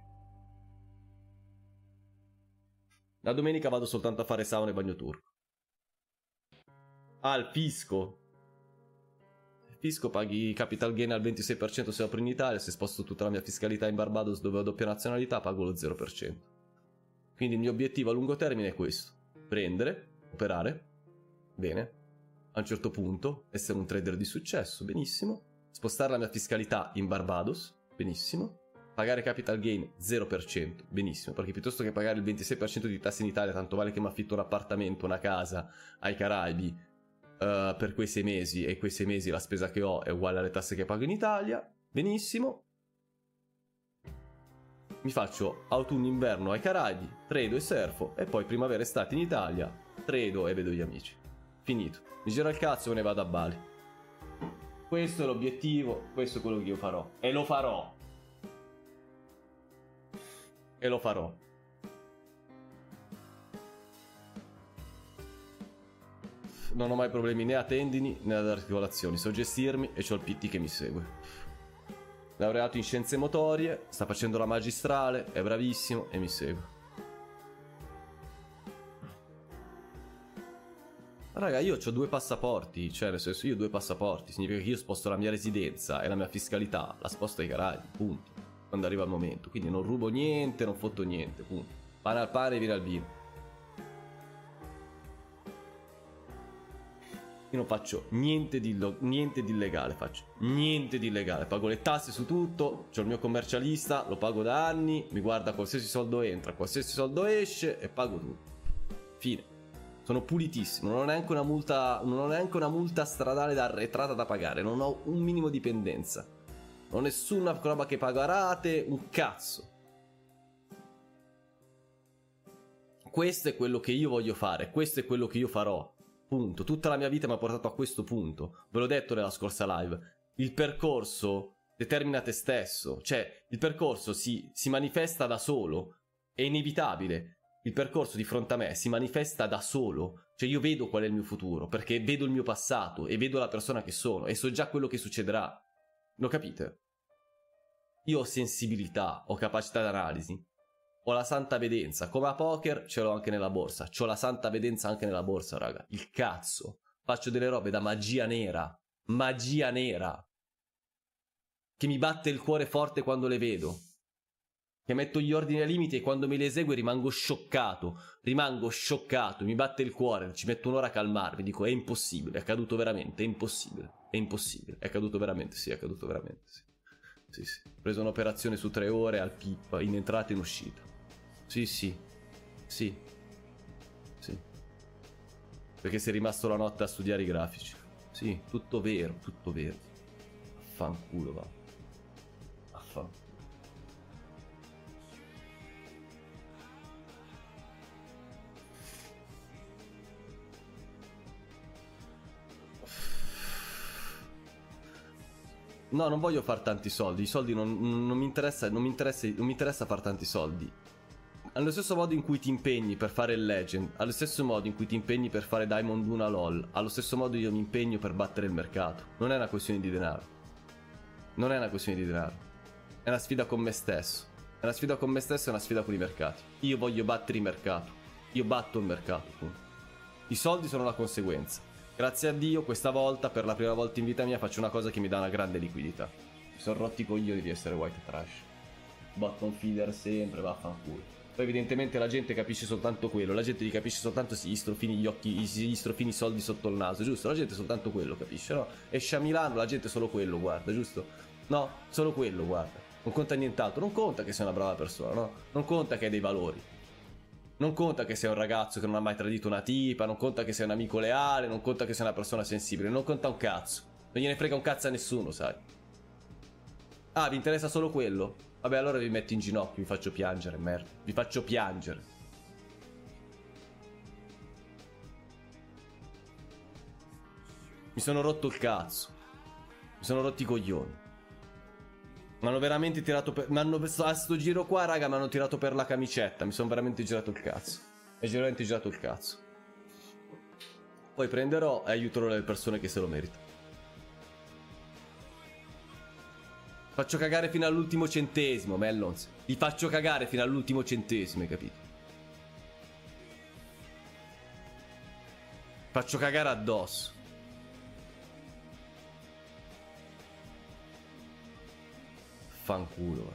La domenica vado soltanto a fare sauna e bagno turco. Ah, il fisco. Il fisco paghi capital gain al 26% se apro in Italia. Se sposto tutta la mia fiscalità in Barbados dove ho doppia nazionalità pago lo 0%. Quindi il mio obiettivo a lungo termine è questo: prendere, operare, bene, a un certo punto essere un trader di successo, benissimo, spostare la mia fiscalità in Barbados, benissimo, pagare capital gain 0%, benissimo, perché piuttosto che pagare il 26% di tasse in Italia, tanto vale che mi affitto un appartamento, una casa ai Caraibi per quei 6 mesi, e quei 6 mesi la spesa che ho è uguale alle tasse che pago in Italia, benissimo. Mi faccio autunno-inverno ai Caraibi, trado e surfo, e poi primavera estate in Italia, trado e vedo gli amici. Finito. Mi giro il cazzo e me ne vado a Bali. Questo è l'obiettivo, questo è quello che io farò. E lo farò. E lo farò. Non ho mai problemi né a tendini né ad articolazioni. So gestirmi e c'ho il PT che mi segue. Laureato in scienze motorie, sta facendo la magistrale, è bravissimo e mi segue. Raga, io ho 2 passaporti, cioè nel senso, io ho 2 passaporti, significa che io sposto la mia residenza e la mia fiscalità, la sposto ai Caraibi, punto. Quando arriva il momento, quindi non rubo niente, non fotto niente, punto. Pane al pane, vino al vino. Io non faccio niente di illegale, faccio niente di illegale, pago le tasse su tutto, c'ho il mio commercialista, lo pago da anni, mi guarda qualsiasi soldo entra, qualsiasi soldo esce e pago tutto. Fine. Sono pulitissimo, non ho neanche una multa stradale da arretrata da pagare, non ho un minimo di pendenza. Non ho nessuna roba che pago a rate, un cazzo. Questo è quello che io voglio fare, questo è quello che io farò. Punto. Tutta la mia vita mi ha portato a questo punto. Ve l'ho detto nella scorsa live. Il percorso determina te stesso. Cioè, il percorso si manifesta da solo. È inevitabile. Il percorso di fronte a me si manifesta da solo. Cioè, io vedo qual è il mio futuro, perché vedo il mio passato e vedo la persona che sono e so già quello che succederà. Lo capite? Io ho sensibilità, ho capacità d'analisi. Ho la santa vedenza, come a poker ce l'ho anche nella borsa. C'ho la santa vedenza anche nella borsa, raga. Il cazzo. Faccio delle robe da magia nera. Magia nera. Che mi batte il cuore forte quando le vedo. Che metto gli ordini ai limiti e quando me li eseguo rimango scioccato. Rimango scioccato, mi batte il cuore, ci metto un'ora a calmarmi. Dico, è impossibile, è accaduto veramente, è impossibile. È impossibile, è accaduto veramente, sì, è accaduto veramente, sì. Sì, sì. Ho preso un'operazione su 3 ore al PIP, in entrata e in uscita. Sì, sì, sì, sì. Perché sei rimasto la notte a studiare i grafici. Sì, tutto vero, tutto vero. Affanculo, va. Affanculo. No, non voglio far tanti soldi. I soldi non mi interessa, non mi interessa far tanti soldi. Allo stesso modo in cui ti impegni per fare il Legend, allo stesso modo in cui ti impegni per fare Diamond 1 LOL, allo stesso modo io mi impegno per battere il mercato. Non è una questione di denaro. Non è una questione di denaro. È una sfida con me stesso. È una sfida con me stesso e una sfida con i mercati. Io voglio battere il mercato. Io batto il mercato, punto. I soldi sono la conseguenza. Grazie a Dio, questa volta, per la prima volta in vita mia, faccio una cosa che mi dà una grande liquidità. Mi sono rotti i coglioni di essere white trash. Bottom feeder sempre, vaffanculo. Poi evidentemente la gente capisce soltanto quello, la gente gli capisce soltanto gli strofini gli occhi, gli strofini i soldi sotto il naso, giusto? La gente soltanto quello capisce, no? Esce a Milano, la gente solo quello guarda, giusto? No, solo quello guarda, non conta nient'altro, non conta che sei una brava persona, no? Non conta che hai dei valori, non conta che sei un ragazzo che non ha mai tradito una tipa, non conta che sei un amico leale, non conta che sei una persona sensibile, non conta un cazzo, non gliene frega un cazzo a nessuno, sai? Ah, vi interessa solo quello? Vabbè, allora vi metto in ginocchio, vi faccio piangere, merda. Vi faccio piangere. Mi sono rotto il cazzo. Mi sono rotti i coglioni. Mi hanno veramente tirato per... a sto giro qua, raga, mi hanno tirato per la camicetta. Mi sono veramente girato il cazzo. Mi sono veramente girato il cazzo. Poi prenderò e aiuterò le persone che se lo meritano. Faccio cagare fino all'ultimo centesimo, Mellons. Li faccio cagare fino all'ultimo centesimo, hai capito? Faccio cagare addosso. Fanculo.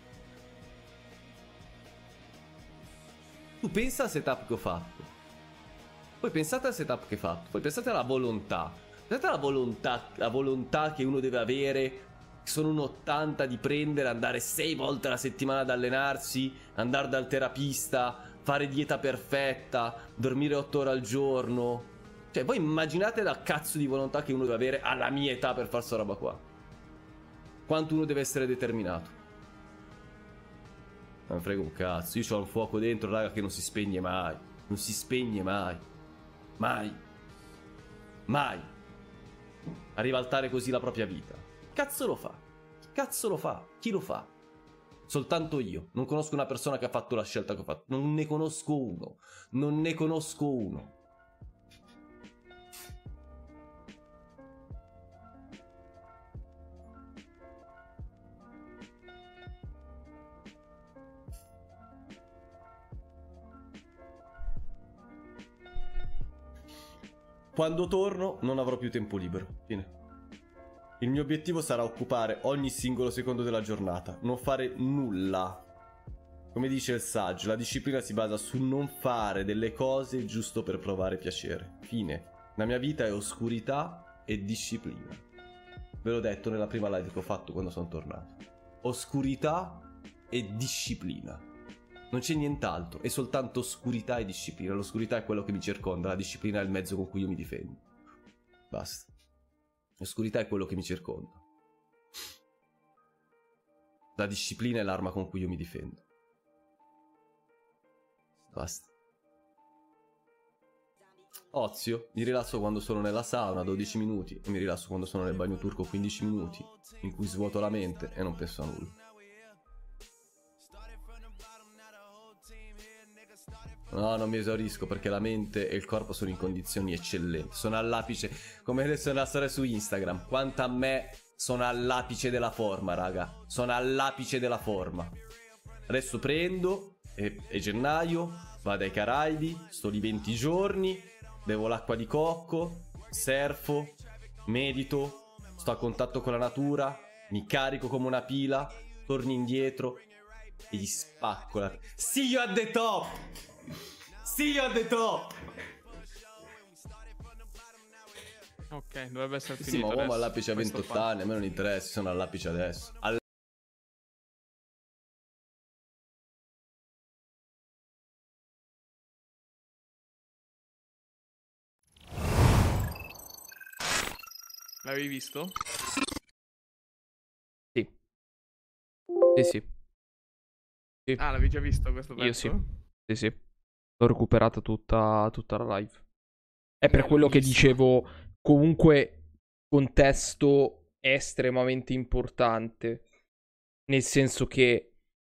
Tu pensa al setup che ho fatto. Poi pensate al setup che ho fatto. Poi pensate alla volontà. Pensate alla volontà che uno deve avere. Sono un 80 di prendere, andare 6 volte alla settimana ad allenarsi, andare dal terapista, fare dieta perfetta, dormire 8 ore al giorno. Cioè, voi immaginate la cazzo di volontà che uno deve avere alla mia età per fare sta roba qua. Quanto uno deve essere determinato. Non me frega un cazzo, io ho un fuoco dentro, raga, che non si spegne mai. Non si spegne mai. Mai. Mai. A ribaltare così la propria vita. Cazzo lo fa? Cazzo lo fa? Chi lo fa? Soltanto io. Non conosco una persona che ha fatto la scelta che ho fatto. Non ne conosco uno. Non ne conosco uno. Quando torno non avrò più tempo libero. Fine. Il mio obiettivo sarà occupare ogni singolo secondo della giornata, non fare nulla. Come dice il saggio, la disciplina si basa su non fare delle cose giusto per provare piacere. Fine. La mia vita è oscurità e disciplina. Ve l'ho detto nella prima live che ho fatto quando sono tornato. Oscurità e disciplina. Non c'è nient'altro, è soltanto oscurità e disciplina. L'oscurità è quello che mi circonda, la disciplina è il mezzo con cui io mi difendo. Basta. L'oscurità è quello che mi circonda. La disciplina è l'arma con cui io mi difendo. Basta. Ozio, mi rilasso quando sono nella sauna 12 minuti e mi rilasso quando sono nel bagno turco 15 minuti in cui svuoto la mente e non penso a nulla. No, non mi esaurisco perché la mente e il corpo sono in condizioni eccellenti. Sono all'apice, come adesso nella storia su Instagram. Quanto a me, sono all'apice della forma, raga. Sono all'apice della forma. Adesso prendo, è gennaio, vado ai Caraibi, sto lì 20 giorni, bevo l'acqua di cocco, surfo, medito, sto a contatto con la natura, mi carico come una pila, torno indietro e gli spacco la... See you at the top! See you at the top! Ok, dovrebbe essere finito. Sì, ma uomo adesso, all'apice a questo 28 qua. anni, a me non interessa, sono all'apice adesso. L'avevi visto? Sì. Sì, sì. Sì. Ah, l'avevi già visto questo pezzo? Io sì. Sì, sì. L'ho recuperata tutta la live. È per Bello, quello che bellissimo. dicevo, comunque, contesto è estremamente importante. Nel senso che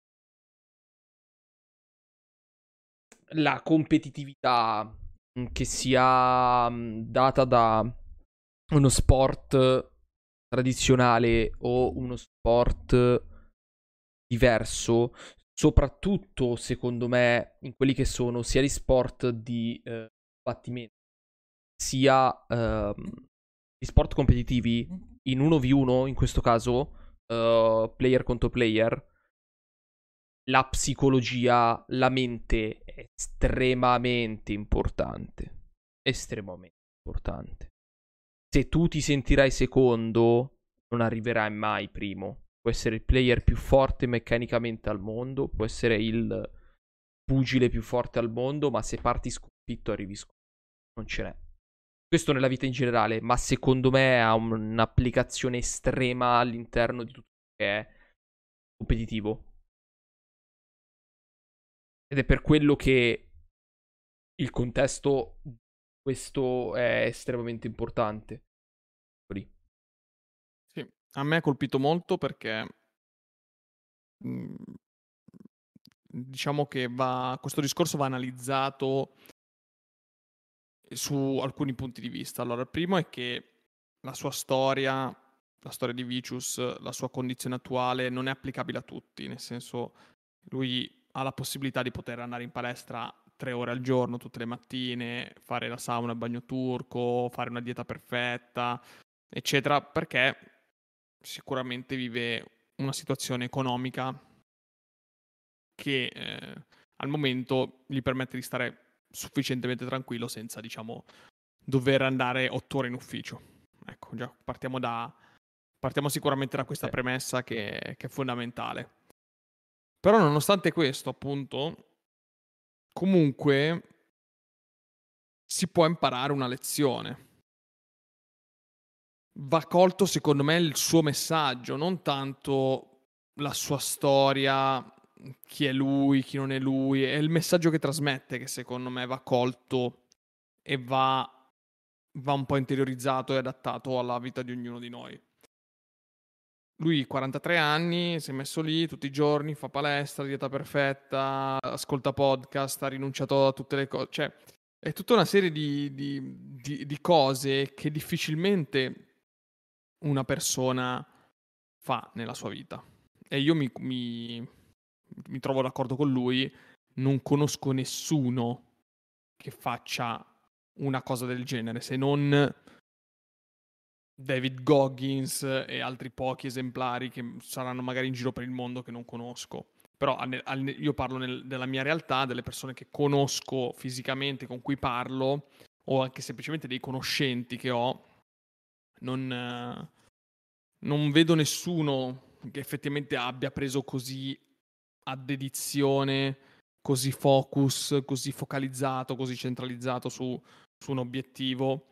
la competitività che sia data da uno sport tradizionale o uno sport diverso, soprattutto secondo me in quelli che sono sia gli sport di combattimento sia gli sport competitivi in 1v1, in questo caso player contro player, la psicologia, la mente è estremamente importante. Estremamente importante. Se tu ti sentirai secondo, non arriverai mai primo. Può essere il player più forte meccanicamente al mondo, può essere il pugile più forte al mondo, ma se parti sconfitto arrivi sconfitto. Non ce n'è. Questo nella vita in generale, ma secondo me ha un'applicazione estrema all'interno di tutto che è competitivo. Ed è per quello che il contesto di questo è estremamente importante. Lì. Sì, a me ha colpito molto perché mh, diciamo che questo discorso va analizzato su alcuni punti di vista. Allora, il primo è che la sua storia, la storia di Vicious, la sua condizione attuale non è applicabile a tutti, nel senso lui ha la possibilità di poter andare in palestra 3 ore al giorno, tutte le mattine, fare la sauna, il bagno turco, fare una dieta perfetta, eccetera, perché sicuramente vive una situazione economica che al momento gli permette di stare sufficientemente tranquillo senza, diciamo, dover andare 8 ore in ufficio. Ecco, già partiamo sicuramente da questa premessa che è fondamentale. Però nonostante questo, appunto, comunque si può imparare una lezione. Va colto, secondo me, il suo messaggio, non tanto la sua storia, chi è lui, chi non è lui, è il messaggio che trasmette che secondo me va colto e va un po' interiorizzato e adattato alla vita di ognuno di noi. Lui 43 anni, si è messo lì tutti i giorni, fa palestra, dieta perfetta, ascolta podcast, ha rinunciato a tutte le cose. Cioè, è tutta una serie di cose che difficilmente una persona fa nella sua vita. E io mi trovo d'accordo con lui, non conosco nessuno che faccia una cosa del genere, se non David Goggins e altri pochi esemplari che saranno magari in giro per il mondo che non conosco. Però io parlo della mia realtà, delle persone che conosco fisicamente, con cui parlo, o anche semplicemente dei conoscenti che ho. Non vedo nessuno che effettivamente abbia preso così a dedizione, così focus, così focalizzato, così centralizzato su un obiettivo.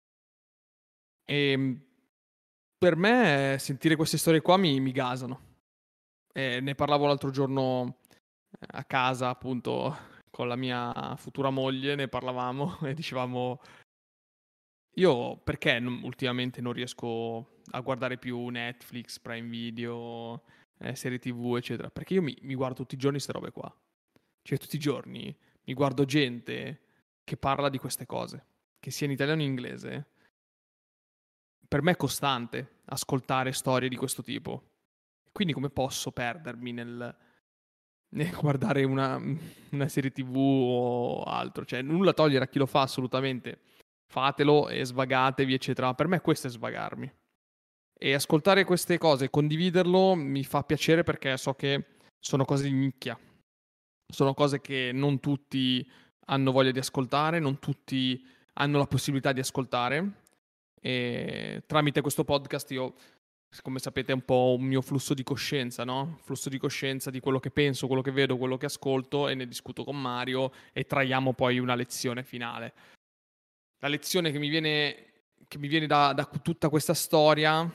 E per me sentire queste storie qua mi gasano. Ne parlavo l'altro giorno a casa, appunto, con la mia futura moglie, ne parlavamo e dicevamo: io perché ultimamente non riesco a guardare più Netflix, Prime Video, serie TV, eccetera? Perché io mi guardo tutti i giorni queste robe qua. Cioè, tutti i giorni mi guardo gente che parla di queste cose, che sia in italiano o in inglese. Per me è costante ascoltare storie di questo tipo. Quindi come posso perdermi nel guardare una serie TV o altro? Cioè, nulla togliere a chi lo fa, assolutamente. Fatelo e svagatevi, eccetera. Ma per me questo è svagarmi. E ascoltare queste cose e condividerlo mi fa piacere perché so che sono cose di nicchia. Sono cose che non tutti hanno voglia di ascoltare, non tutti hanno la possibilità di ascoltare. E tramite questo podcast io, come sapete, è un po' un mio flusso di coscienza, no? Flusso di coscienza di quello che penso, quello che vedo, quello che ascolto, e ne discuto con Mario e traiamo poi una lezione finale. La lezione che mi viene da tutta questa storia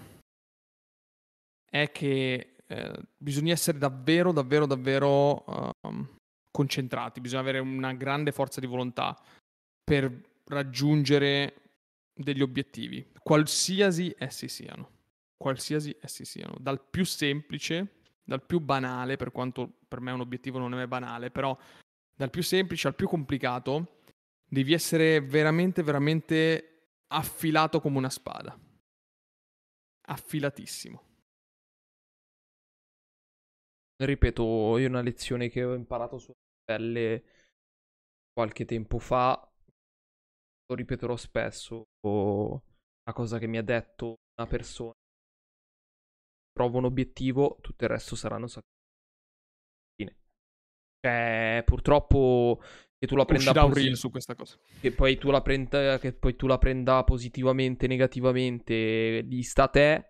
è che bisogna essere davvero, davvero, davvero concentrati, bisogna avere una grande forza di volontà per raggiungere degli obiettivi, qualsiasi essi siano, dal più semplice, dal più banale, per quanto per me un obiettivo non è banale, però dal più semplice al più complicato, devi essere veramente, veramente affilato come una spada. Affilatissimo. Ripeto, io una lezione che ho imparato sulla pelle qualche tempo fa, lo ripeterò spesso, una cosa che mi ha detto una persona: trovo un obiettivo, tutto il resto saranno sacrifici. Fine. Cioè, purtroppo che tu la prenda Uscirà un reel su questa cosa. che poi tu la prenda positivamente, negativamente, lì sta a te.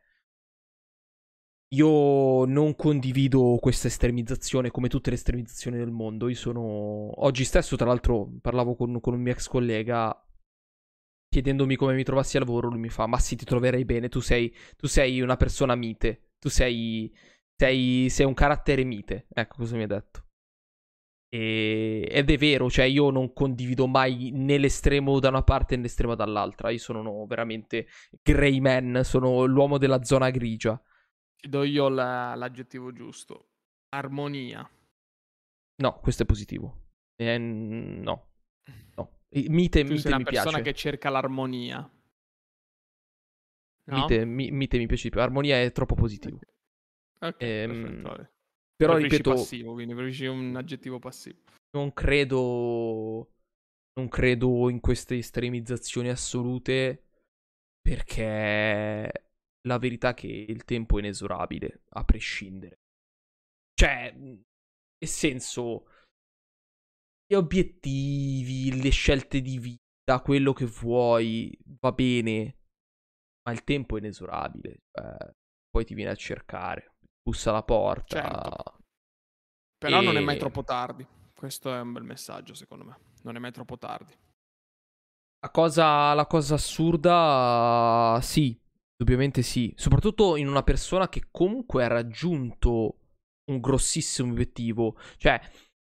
Io non condivido questa estremizzazione come tutte le estremizzazioni del mondo. Io sono... Oggi stesso, tra l'altro, parlavo con un mio ex collega chiedendomi come mi trovassi al lavoro. Lui mi fa, ma sì, ti troverei bene, tu sei una persona mite. Sei un carattere mite. Ecco cosa mi ha detto. Ed è vero, cioè io non condivido mai né l'estremo da una parte né l'estremo dall'altra. Io sono veramente grey man, sono l'uomo della zona grigia. Ti do io l'aggettivo giusto. Armonia. No, questo è positivo. No. Mite Tu sei una mi persona piace. che cerca l'armonia. No? Mite mi piace di più. Armonia è troppo positivo. Ok, perfetto. Vabbè. Però Preferisci ripeto, passivo, quindi preferisci un aggettivo passivo. non credo in queste estremizzazioni assolute, perché la verità è che il tempo è inesorabile, a prescindere. Cioè, nel senso, gli obiettivi, le scelte di vita, quello che vuoi, va bene, ma il tempo è inesorabile. Poi ti viene a cercare, bussa alla porta. Certo. Però non è mai E troppo tardi. Questo è un bel messaggio, secondo me. Non è mai troppo tardi. la cosa assurda, sì, ovviamente sì. Soprattutto in una persona che comunque ha raggiunto un grossissimo obiettivo. Cioè,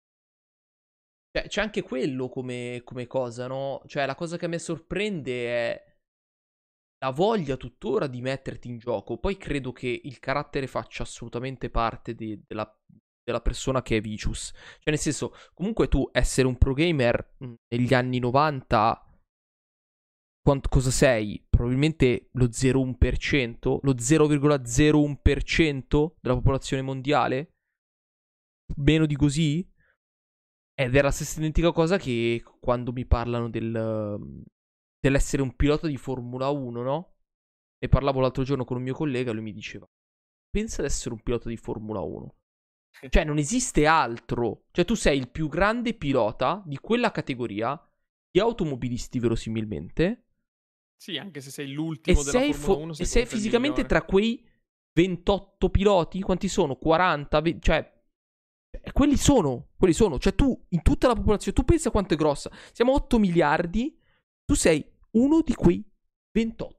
c'è anche quello come cosa, no? Cioè, la cosa che a me sorprende è la voglia tuttora di metterti in gioco. Poi credo che il carattere faccia assolutamente parte della persona che è Vicious. Cioè, nel senso, comunque tu essere un pro gamer negli anni 90, cosa sei? Probabilmente lo 0,1%? Lo 0,01% della popolazione mondiale? Meno di così? Ed è la stessa identica cosa che quando mi parlano dell'essere un pilota di Formula 1, no? Ne parlavo l'altro giorno con un mio collega e lui mi diceva: pensa ad essere un pilota di Formula 1. Cioè, non esiste altro. Cioè, tu sei il più grande pilota di quella categoria di automobilisti, verosimilmente. Sì, anche se sei E l'ultimo della Formula 1, sei sei comunque il fisicamente migliore. tra quei 28 piloti. Quanti sono? 40? Cioè, quelli sono. Cioè, tu, in tutta la popolazione, tu pensa quanto è grossa. Siamo 8 miliardi. Tu sei uno di quei 28.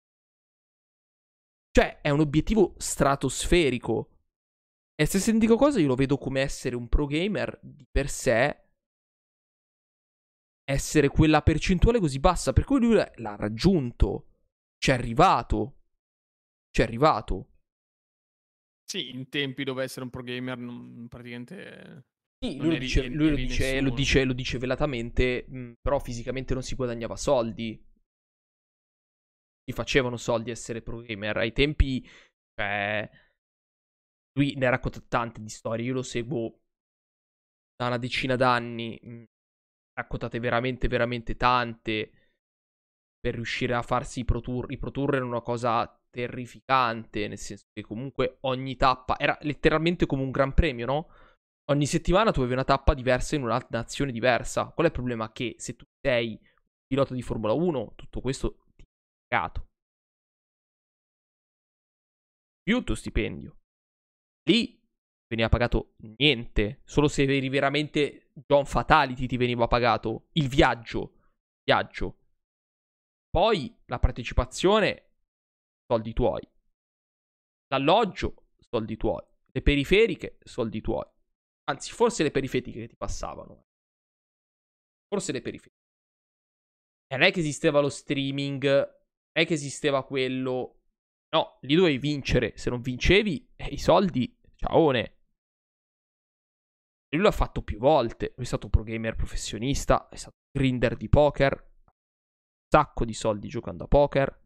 Cioè, è un obiettivo stratosferico. E se dico cosa, io lo vedo come essere un pro gamer di per sé, essere quella percentuale così bassa, per cui lui l'ha raggiunto. Ci è arrivato. Sì, in tempi dove essere un pro gamer praticamente Sì, non eri nessuno. lo dice velatamente, però fisicamente non si guadagnava soldi. Si facevano soldi essere pro gamer. Ai tempi, cioè, lui ne racconta tante di storie. Io lo seguo da una decina d'anni. Raccontate veramente, veramente tante. Per riuscire a farsi i Pro Tour. I Pro Tour erano una cosa terrificante, nel senso che comunque ogni tappa era letteralmente come un gran premio, no? Ogni settimana tu avevi una tappa diversa in una nazione diversa. Qual è il problema? Che se tu sei pilota di Formula 1, tutto questo ti è pagato. Più il tuo stipendio. Lì veniva pagato niente. Solo se eri veramente John Fatality ti veniva pagato il viaggio. Poi la partecipazione, soldi tuoi. L'alloggio, soldi tuoi. Le periferiche, soldi tuoi. Anzi, forse le periferiche che ti passavano. Forse le periferiche. E non è che esisteva lo streaming, non è che esisteva quello. No, lì dovevi vincere. Se non vincevi, i soldi, ciaone. E lui l'ha fatto più volte. Lui è stato un pro gamer professionista, è stato grinder di poker. Un sacco di soldi giocando a poker.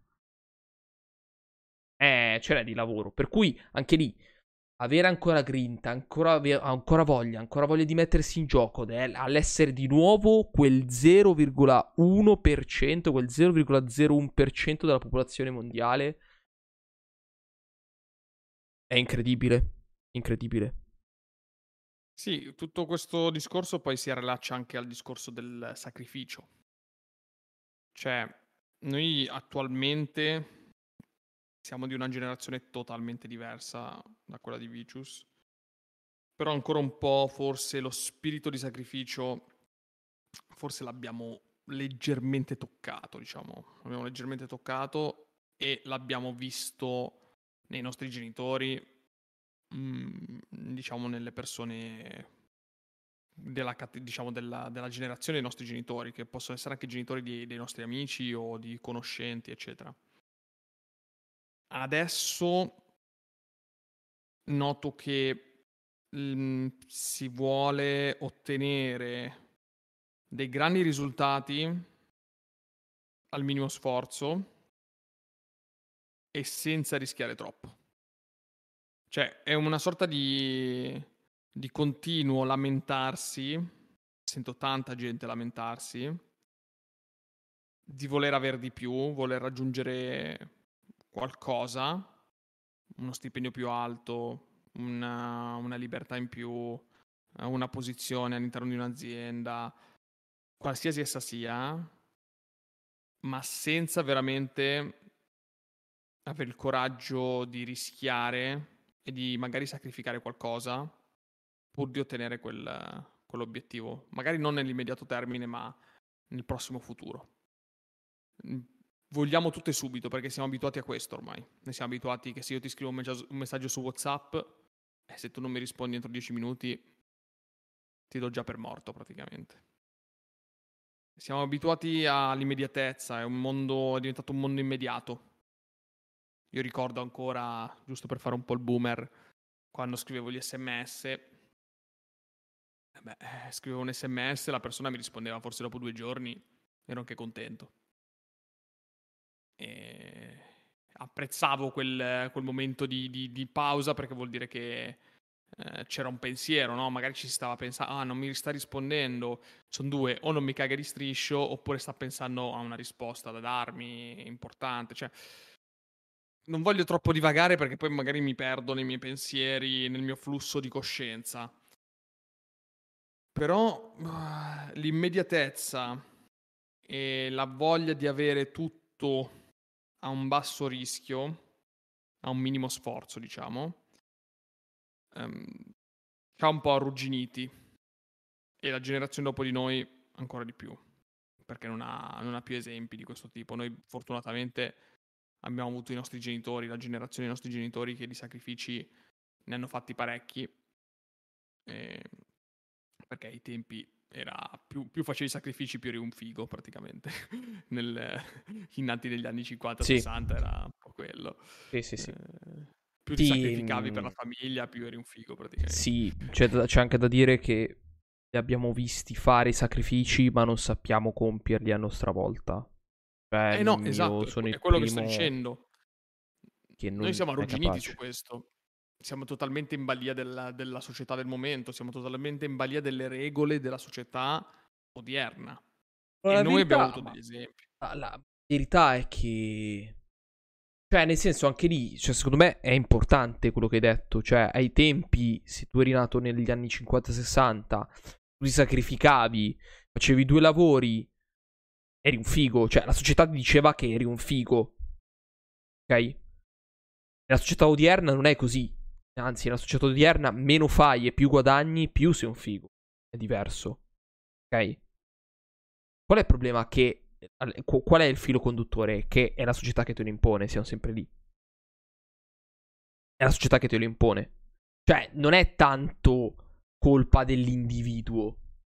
C'era di lavoro. Per cui, anche lì, avere ancora grinta, ancora voglia di mettersi in gioco, all'essere di nuovo quel 0,1%, quel 0,01% della popolazione mondiale, è incredibile. Incredibile. Sì, tutto questo discorso poi si rilaccia anche al discorso del sacrificio. Cioè, noi attualmente siamo di una generazione totalmente diversa da quella di Vicious, però ancora un po' forse lo spirito di sacrificio, forse l'abbiamo leggermente toccato, diciamo. L'abbiamo leggermente toccato e l'abbiamo visto nei nostri genitori, diciamo nelle persone diciamo della generazione dei nostri genitori, che possono essere anche genitori dei nostri amici o di conoscenti, eccetera. Adesso noto che si vuole ottenere dei grandi risultati al minimo sforzo e senza rischiare troppo. Cioè, è una sorta di continuo lamentarsi, sento tanta gente lamentarsi, di voler avere di più, voler raggiungere qualcosa, uno stipendio più alto, una libertà in più, una posizione all'interno di un'azienda, qualsiasi essa sia, ma senza veramente avere il coraggio di rischiare e di magari sacrificare qualcosa pur di ottenere quell'obiettivo. Magari non nell'immediato termine, ma nel prossimo futuro. Vogliamo tutte subito perché siamo abituati a questo ormai. Noi siamo abituati che se io ti scrivo un messaggio su WhatsApp e se tu non mi rispondi entro 10 minuti ti do già per morto praticamente. Siamo abituati all'immediatezza, è diventato un mondo immediato. Io ricordo ancora, giusto per fare un po' il boomer, quando scrivevo gli SMS, scrivevo un SMS, la persona mi rispondeva forse dopo 2 giorni, ero anche contento. E apprezzavo quel momento di pausa perché vuol dire che c'era un pensiero, no? Magari ci si stava pensando, non mi sta rispondendo, sono due, o non mi caga di striscio, oppure sta pensando a una risposta da darmi importante, cioè non voglio troppo divagare perché poi magari mi perdo nei miei pensieri, nel mio flusso di coscienza. Però l'immediatezza e la voglia di avere tutto a un basso rischio, a un minimo sforzo, diciamo, ci ha un po' arrugginiti. E la generazione dopo di noi ancora di più, perché non ha più esempi di questo tipo. Noi fortunatamente abbiamo avuto i nostri genitori, la generazione dei nostri genitori che di sacrifici ne hanno fatti parecchi, perché ai tempi era più facevi sacrifici più eri un figo praticamente. Innanti negli anni 50-60 era un po' quello. Sì. Più ti sacrificavi per la famiglia, più eri un figo praticamente. Sì, c'è anche da dire che li abbiamo visti fare i sacrifici, ma non sappiamo compierli a nostra volta. Cioè, No, esatto, sono è quello che sto dicendo. Che non Noi siamo arrugginiti capace. su questo. Siamo totalmente in balia della società del momento, siamo totalmente in balia delle regole della società odierna. E noi abbiamo avuto degli esempi. La verità è che... Cioè, nel senso, anche lì, cioè, secondo me è importante quello che hai detto. Cioè, ai tempi, se tu eri nato negli anni 50-60, tu ti sacrificavi, facevi 2 lavori, eri un figo. Cioè, la società ti diceva che eri un figo. Ok? Nella società odierna non è così. Anzi, nella società odierna meno fai e più guadagni, più sei un figo. È diverso. Ok? Qual è il problema? Qual è il filo conduttore? Che è la società che te lo impone, siamo sempre lì. È la società che te lo impone. Cioè, non è tanto colpa dell'individuo.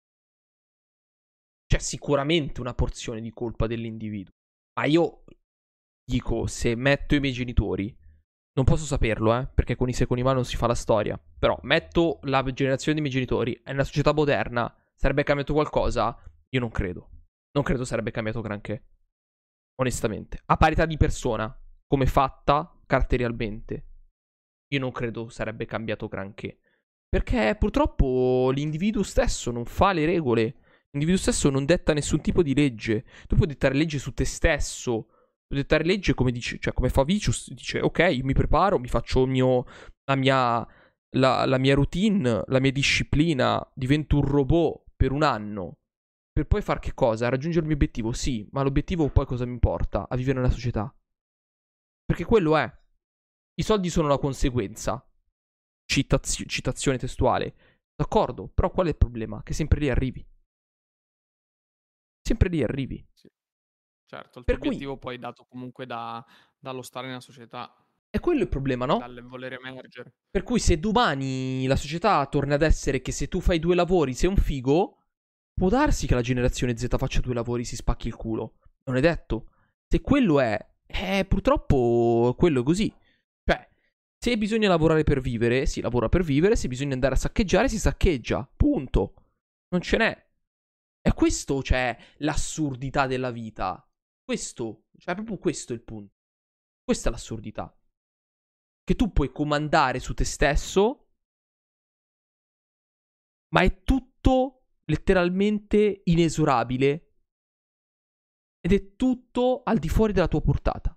C'è sicuramente una porzione di colpa dell'individuo. Ma io dico, se metto i miei genitori, non posso saperlo, perché con i secoli ma non si fa la storia. Però metto la generazione dei miei genitori e nella società moderna sarebbe cambiato qualcosa? Io non credo. Non credo sarebbe cambiato granché. Onestamente. A parità di persona, come fatta caratterialmente, io non credo sarebbe cambiato granché. Perché purtroppo l'individuo stesso non fa le regole. L'individuo stesso non detta nessun tipo di legge. Tu puoi dettare legge su te stesso. Puoi dettare legge come dice, cioè come fa Vicious. Dice, ok, mi preparo, mi faccio la mia la mia routine, la mia disciplina, divento un robot per un anno, per poi far che cosa? Raggiungere il mio obiettivo? Sì, ma l'obiettivo poi cosa mi porta? A vivere nella società. Perché quello è. I soldi sono la conseguenza. Citazione testuale. D'accordo, però qual è il problema? Che sempre lì arrivi. Sempre lì arrivi. Sì. Certo, il tuo Per cui obiettivo poi è dato comunque dallo stare nella società, è quello il problema, no? dal voler emergere. Per cui se domani la società torna ad essere che se tu fai 2 lavori sei un figo, può darsi che la generazione Z faccia 2 lavori e si spacchi il culo. Non è detto. Se quello è, purtroppo quello è così. Cioè, se bisogna lavorare per vivere, si lavora per vivere, se bisogna andare a saccheggiare, si saccheggia. Punto. Non ce n'è. È questo, cioè, l'assurdità della vita. Questo, cioè, proprio questo è il punto. Questa è l'assurdità. Che tu puoi comandare su te stesso, ma è tutto letteralmente inesorabile ed è tutto al di fuori della tua portata.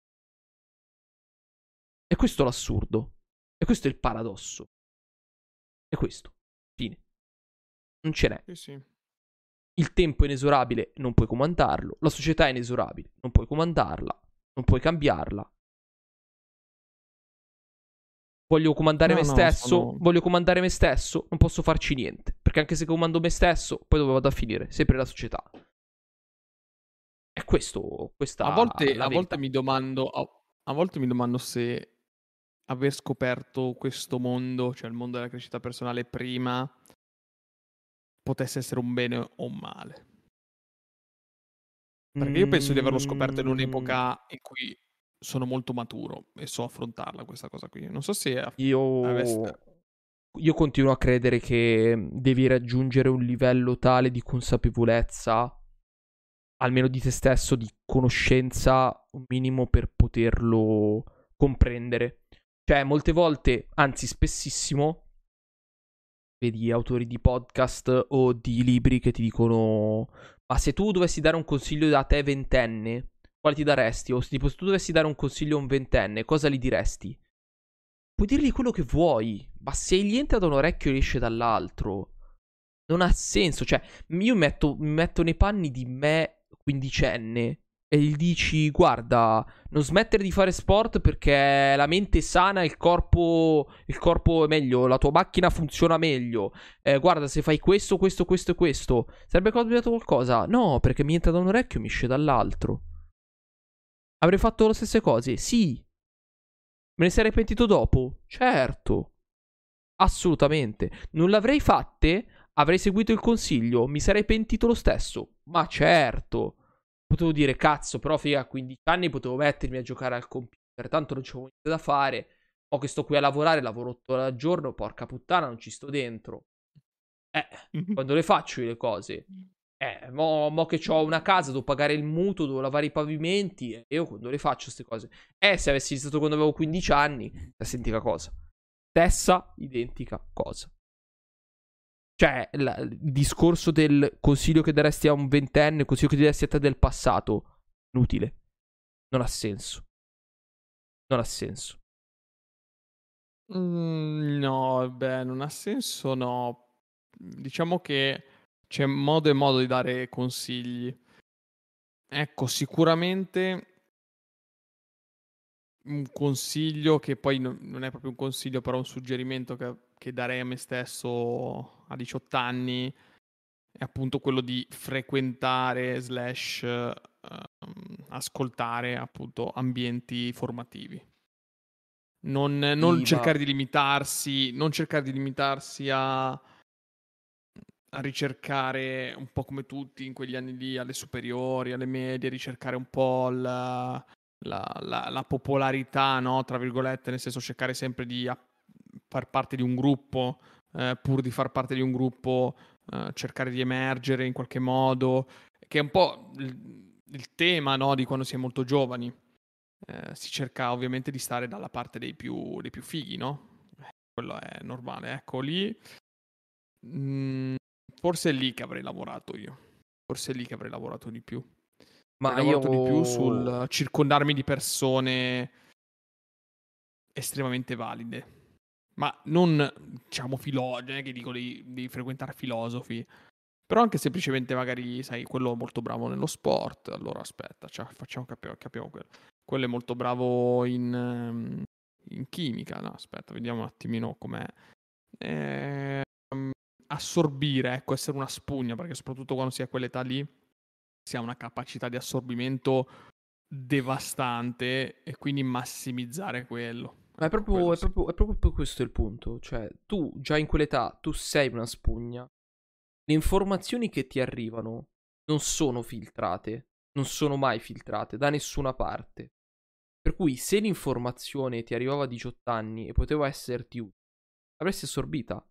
E questo è l'assurdo. E questo è il paradosso. E questo. Fine. Non ce n'è. Sì, sì. Il tempo è inesorabile, non puoi comandarlo. La società è inesorabile, non puoi comandarla. Non puoi cambiarla. Voglio comandare me stesso. Voglio comandare me stesso. Non posso farci niente. Perché anche se comando me stesso, poi dove vado a finire? Sempre la società. È questa A volte, la a volte verità. mi domando, a volte mi domando se aver scoperto questo mondo, cioè il mondo della crescita personale prima, potesse essere un bene o un male. Perché io penso di averlo scoperto in un'epoca in cui sono molto maturo e so affrontarla questa cosa qui. Non so se avesse... Io continuo a credere che devi raggiungere un livello tale di consapevolezza, almeno di te stesso, di conoscenza, un minimo per poterlo comprendere. Cioè, molte volte, anzi spessissimo, vedi autori di podcast o di libri che ti dicono: ma se tu dovessi dare un consiglio a te ventenne, quale ti daresti? O tipo, se tu dovessi dare un consiglio a un ventenne, cosa gli diresti? Puoi dirgli quello che vuoi, ma se gli entra da un orecchio e esce dall'altro, non ha senso. Cioè, io mi metto nei panni di me quindicenne e gli dici: guarda, non smettere di fare sport perché la mente è sana, il corpo è meglio, la tua macchina funziona meglio. Guarda, se fai questo, questo, questo e questo, sarebbe cambiato qualcosa? No, perché mi entra da un orecchio e mi esce dall'altro. Avrei fatto le stesse cose? Sì. Me ne sarei pentito dopo? Certo. Assolutamente. Non l'avrei fatte? Avrei seguito il consiglio? Mi sarei pentito lo stesso? Ma certo. Potevo dire, cazzo, però figa, a 15 anni potevo mettermi a giocare al computer, tanto non c'avevo niente da fare. Mo che sto qui a lavorare, lavoro 8 ore al giorno, porca puttana, non ci sto dentro. Quando le faccio io le cose? Mo che ho una casa, devo pagare il mutuo, devo lavare i pavimenti, e io quando le faccio queste cose? Se avessi iniziato quando avevo 15 anni, la sentiva cosa. Stessa identica cosa. Cioè, il discorso del consiglio che daresti a un ventenne, il consiglio che daresti a te del passato, inutile. Non ha senso. Non ha senso. No, beh, non ha senso, no. Diciamo che c'è modo e modo di dare consigli. Ecco, sicuramente un consiglio che poi non è proprio un consiglio, però un suggerimento che darei a me stesso a 18 anni è appunto quello di frequentare slash ascoltare appunto ambienti formativi. Non cercare di limitarsi, a ricercare un po' come tutti in quegli anni lì, alle superiori, alle medie, ricercare un po' la popolarità, no? Tra virgolette, nel senso cercare sempre di far parte di un gruppo, pur di far parte di un gruppo, cercare di emergere in qualche modo, che è un po' il tema, no? Di quando si è molto giovani. Si cerca ovviamente di stare dalla parte dei più fighi, no? Quello è normale, ecco lì. Forse è lì che avrei lavorato io. Forse è lì che avrei lavorato di più. Ma avrei lavorato di più sul circondarmi di persone estremamente valide. Ma non, diciamo, filosofi, che dico di frequentare filosofi, però anche semplicemente magari, sai, quello molto bravo nello sport, allora aspetta, cioè, capiamo quello. Quello è molto bravo in chimica, no, aspetta, vediamo un attimino com'è. Ehm, Assorbire, ecco, essere una spugna, perché soprattutto quando si è a quell'età lì, si ha una capacità di assorbimento devastante e quindi massimizzare quello. Ma Ecco, quello sì. è proprio questo il punto. Cioè, tu già in quell'età, tu sei una spugna. Le informazioni che ti arrivano non sono filtrate, non sono mai filtrate da nessuna parte. Per cui se l'informazione ti arrivava a 18 anni e poteva esserti utile, l'avresti assorbita.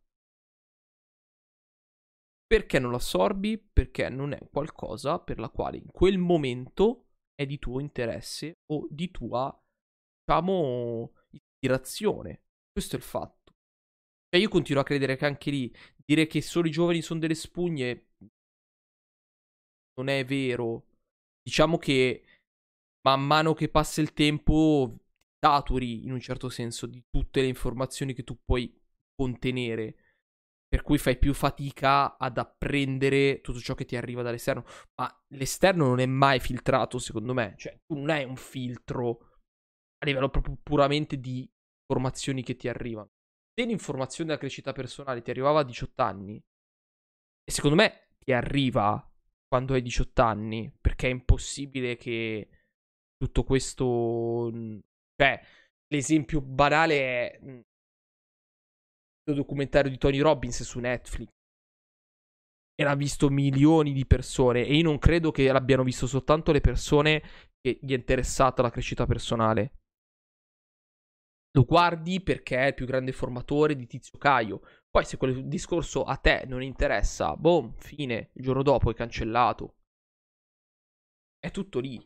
Perché non l'assorbi? Perché non è qualcosa per la quale in quel momento è di tuo interesse o di tua, diciamo, ispirazione. Questo è il fatto. Cioè io continuo a credere che anche lì dire che solo i giovani sono delle spugne non è vero. Diciamo che man mano che passa il tempo saturi in un certo senso di tutte le informazioni che tu puoi contenere. Per cui fai più fatica ad apprendere tutto ciò che ti arriva dall'esterno. Ma l'esterno non è mai filtrato, secondo me. Cioè, tu non hai un filtro a livello proprio puramente di informazioni che ti arrivano. Se l'informazione della crescita personale ti arrivava a 18 anni, e secondo me ti arriva quando hai 18 anni, perché è impossibile che tutto questo... Cioè, l'esempio banale è il documentario di Tony Robbins su Netflix. E l'ha visto milioni di persone. E io non credo che l'abbiano visto soltanto le persone che gli è interessata la crescita personale. Lo guardi perché è il più grande formatore di Tizio Caio. Poi se quel discorso a te non interessa, boom, fine. Il giorno dopo è cancellato. È tutto lì.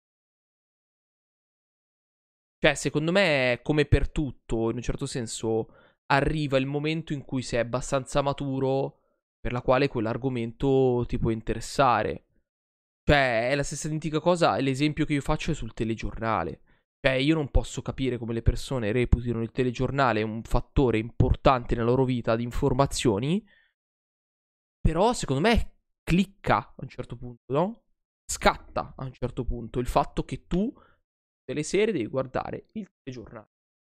Cioè, secondo me, come per tutto, in un certo senso, arriva il momento in cui sei abbastanza maturo per la quale quell'argomento ti può interessare. Cioè, è la stessa identica cosa, l'esempio che io faccio è sul telegiornale. Cioè, io non posso capire come le persone reputino il telegiornale un fattore importante nella loro vita di informazioni, però secondo me clicca a un certo punto, no? Scatta a un certo punto il fatto che tu tutte le sere devi guardare il telegiornale.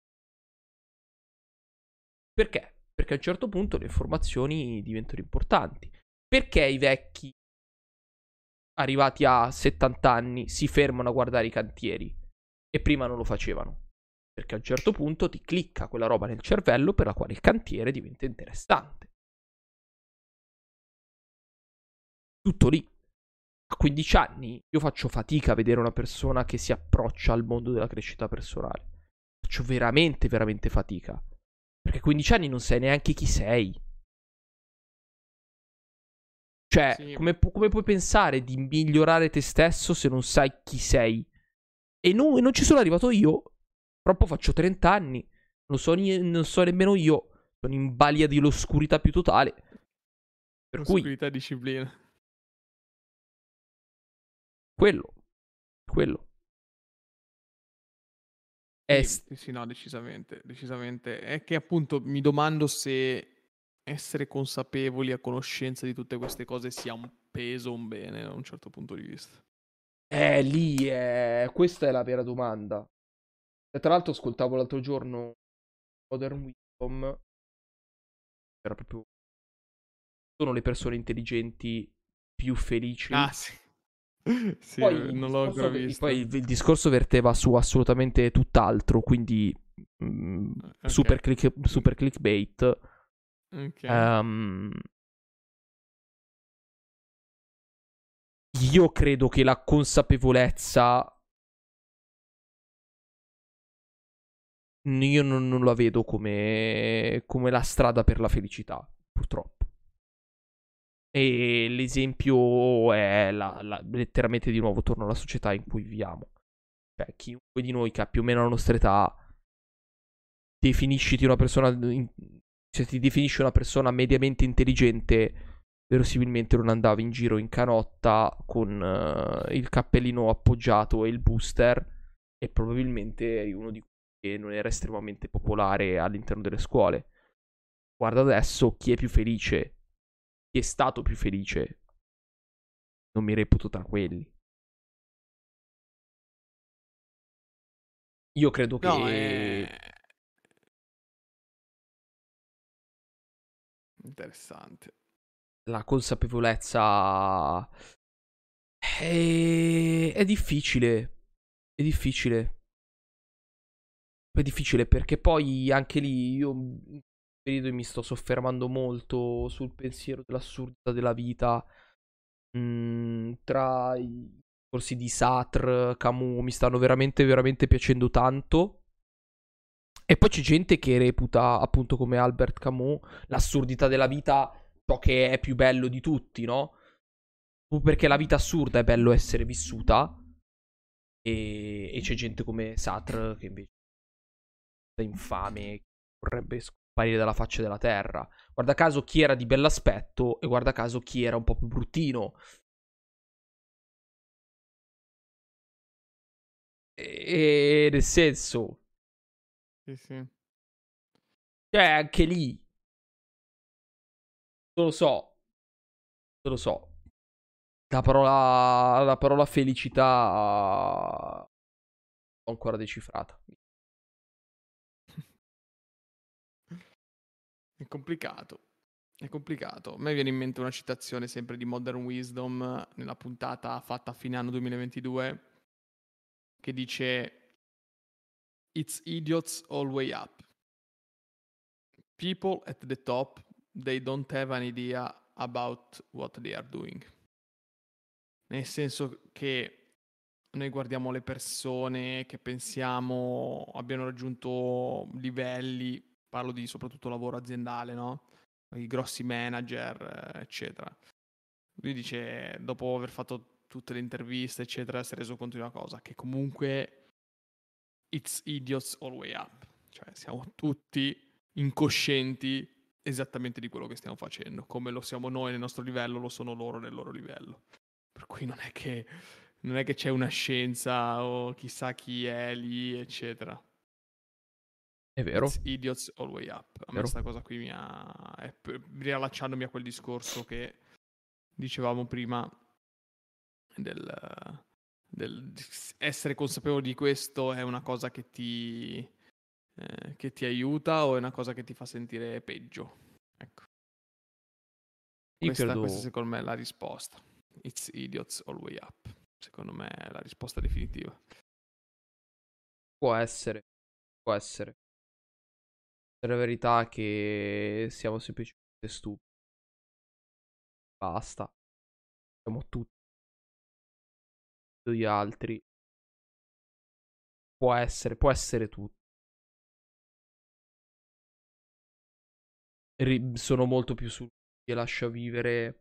Perché? Perché a un certo punto le informazioni diventano importanti. Perché i vecchi arrivati a 70 anni si fermano a guardare i cantieri e prima non lo facevano? Perché a un certo punto ti clicca quella roba nel cervello per la quale il cantiere diventa interessante. Tutto lì. A 15 anni io faccio fatica a vedere una persona che si approccia al mondo della crescita personale. Faccio veramente, veramente fatica. Perché a 15 anni non sai neanche chi sei. Cioè, Sì, come puoi pensare di migliorare te stesso se non sai chi sei? E non ci sono arrivato io. Purtroppo faccio 30 anni. Non so nemmeno io. Sono in balia dell'oscurità più totale. Per cui, oscurità e disciplina. quello. Quello. È... Sì, sì, sì, no, decisamente, decisamente. È che appunto mi domando se essere consapevoli a conoscenza di tutte queste cose sia un peso o un bene da un certo punto di vista. lì, questa è la vera domanda. E tra l'altro ascoltavo l'altro giorno Modern Wisdom. Era proprio... Sono le persone intelligenti più felici. Ah, sì. Sì, Poi non l'ho ancora poi visto. il discorso verteva su assolutamente tutt'altro, quindi Ok, super clickbait. ok. Ehm, io credo che la consapevolezza io non la vedo come la strada per la felicità, purtroppo. E l'esempio è letteralmente di nuovo torno alla società in cui viviamo. Cioè, chiunque di noi che ha più o meno la nostra età, definisciti una persona. Se ti definisci una persona mediamente intelligente, verosimilmente non andavi in giro in canotta con il cappellino appoggiato e il booster. E probabilmente eri uno di e non era estremamente popolare all'interno delle scuole. Guarda adesso chi è più felice, chi è stato più felice, non mi reputo tra quelli. Io credo No, che è interessante. la consapevolezza è difficile. È difficile. È difficile perché poi anche lì io in questo periodo mi sto soffermando molto sul pensiero dell'assurdità della vita. Tra i corsi di Sartre, Camus mi stanno veramente, veramente piacendo tanto. E poi c'è gente che reputa, appunto come Albert Camus, l'assurdità della vita ciò che è più bello di tutti, no? Proprio perché la vita assurda è bello essere vissuta. E c'è gente come Sartre che invece è infame, che vorrebbe scomparire dalla faccia della terra. Guarda caso chi era di bell'aspetto e guarda caso chi era un po' più bruttino. E nel senso, Sì, sì. cioè anche lì, non lo so, non lo so. La parola felicità l'ho ancora decifrata. È complicato. È complicato. A me viene in mente una citazione sempre di Modern Wisdom nella puntata fatta a fine anno 2022 che dice It's idiots all way up. People at the top, they don't have an idea about what they are doing. Nel senso che noi guardiamo le persone che pensiamo abbiano raggiunto livelli, parlo di soprattutto lavoro aziendale, no? I grossi manager, eccetera. Lui dice, dopo aver fatto tutte le interviste, eccetera, si è reso conto di una cosa, che comunque it's idiots all way up. Cioè siamo tutti incoscienti esattamente di quello che stiamo facendo. Come lo siamo noi nel nostro livello, lo sono loro nel loro livello. Per cui non è che c'è una scienza o chissà chi è lì, eccetera. È vero, It's idiots all way up. A me vero. sta cosa qui riallacciandomi a quel discorso che dicevamo prima del essere consapevoli di questo è una cosa che ti aiuta o è una cosa che ti fa sentire peggio. Ecco, Io questa credo secondo me è la risposta. It's idiots all way up. Secondo me è la risposta definitiva. può essere, può essere. È la verità che siamo semplicemente stupidi. Basta. Siamo tutti gli altri. Può essere tutto. Sono molto più sul che lascia vivere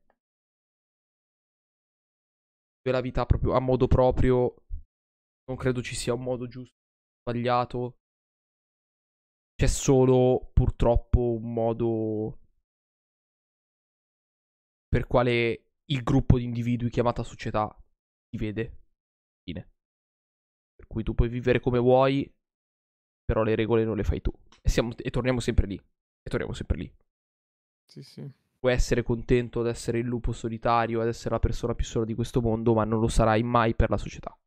la vita proprio a modo proprio. Non credo ci sia un modo giusto o sbagliato. C'è solo purtroppo un modo per quale il gruppo di individui chiamata società ti vede. Fine. Per cui tu puoi vivere come vuoi, però le regole non le fai tu. E torniamo sempre lì. E torniamo sempre lì. Sì, sì. Puoi essere contento ad essere il lupo solitario, ad essere la persona più sola di questo mondo, ma non lo sarai mai per la società.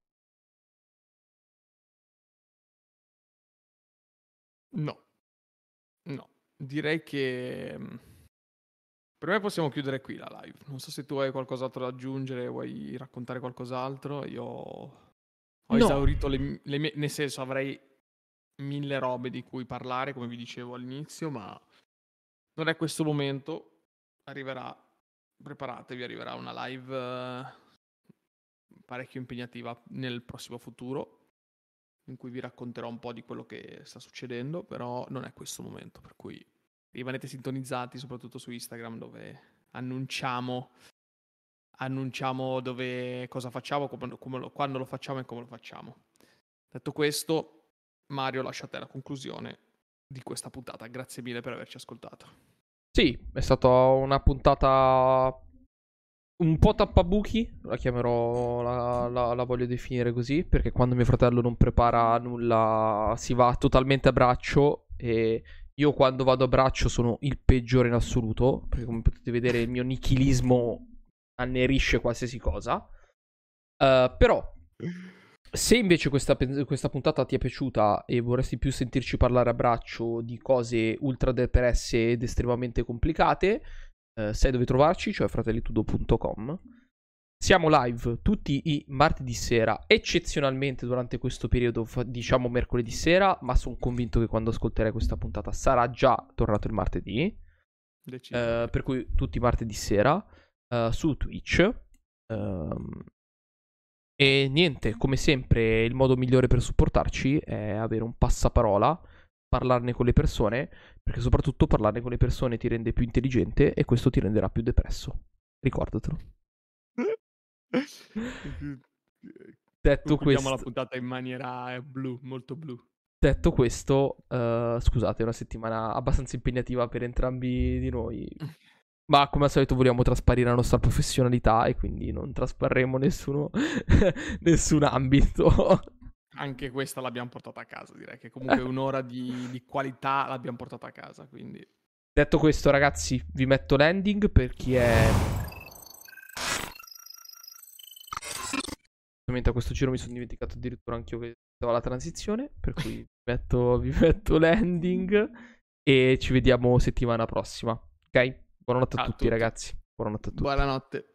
No, no. Direi che per me possiamo chiudere qui la live. Non so se tu hai qualcos'altro da aggiungere, vuoi raccontare qualcos'altro. Io ho No, esaurito le mie, nel senso avrei mille robe di cui parlare, come vi dicevo all'inizio, ma non è questo il momento. Arriverà, preparatevi, arriverà una live parecchio impegnativa nel prossimo futuro, in cui vi racconterò un po' di quello che sta succedendo, però non è questo il momento, per cui rimanete sintonizzati soprattutto su Instagram dove annunciamo dove, cosa facciamo, quando lo facciamo e come lo facciamo. Detto questo, Mario, lascia a te la conclusione di questa puntata. Grazie mille per averci ascoltato. sì, è stata una puntata un po' tappabuchi, la chiamerò, la voglio definire così, perché quando mio fratello non prepara nulla si va totalmente a braccio e io quando vado a braccio sono il peggiore in assoluto, perché come potete vedere il mio nichilismo annerisce qualsiasi cosa. Però, se invece questa puntata ti è piaciuta e vorresti più sentirci parlare a braccio di cose ultra depresse ed estremamente complicate, sai dove trovarci, cioè fratellitudo.com. Siamo live tutti i martedì sera, eccezionalmente durante questo periodo, diciamo mercoledì sera, ma sono convinto che quando ascolterai questa puntata sarà già tornato il martedì. Per cui tutti i martedì sera su Twitch. E niente, come sempre, il modo migliore per supportarci è avere un passaparola, parlarne con le persone, perché soprattutto parlarne con le persone ti rende più intelligente e questo ti renderà più depresso. Ricordatelo. Detto questo, la puntata in maniera blu, molto blu. Detto questo, scusate, è una settimana abbastanza impegnativa per entrambi di noi. Ma come al solito vogliamo trasparire la nostra professionalità e quindi non trasparremo nessun ambito. Anche questa l'abbiamo portata a casa, direi che comunque un'ora di qualità l'abbiamo portata a casa, quindi... Detto questo, ragazzi, vi metto l'ending per chi è... Ovviamente a questo giro mi sono dimenticato addirittura anch'io che stava la transizione, per cui vi metto l'ending e ci vediamo settimana prossima, ok? Buonanotte a tutti, ragazzi. Buonanotte a tutti. Buonanotte.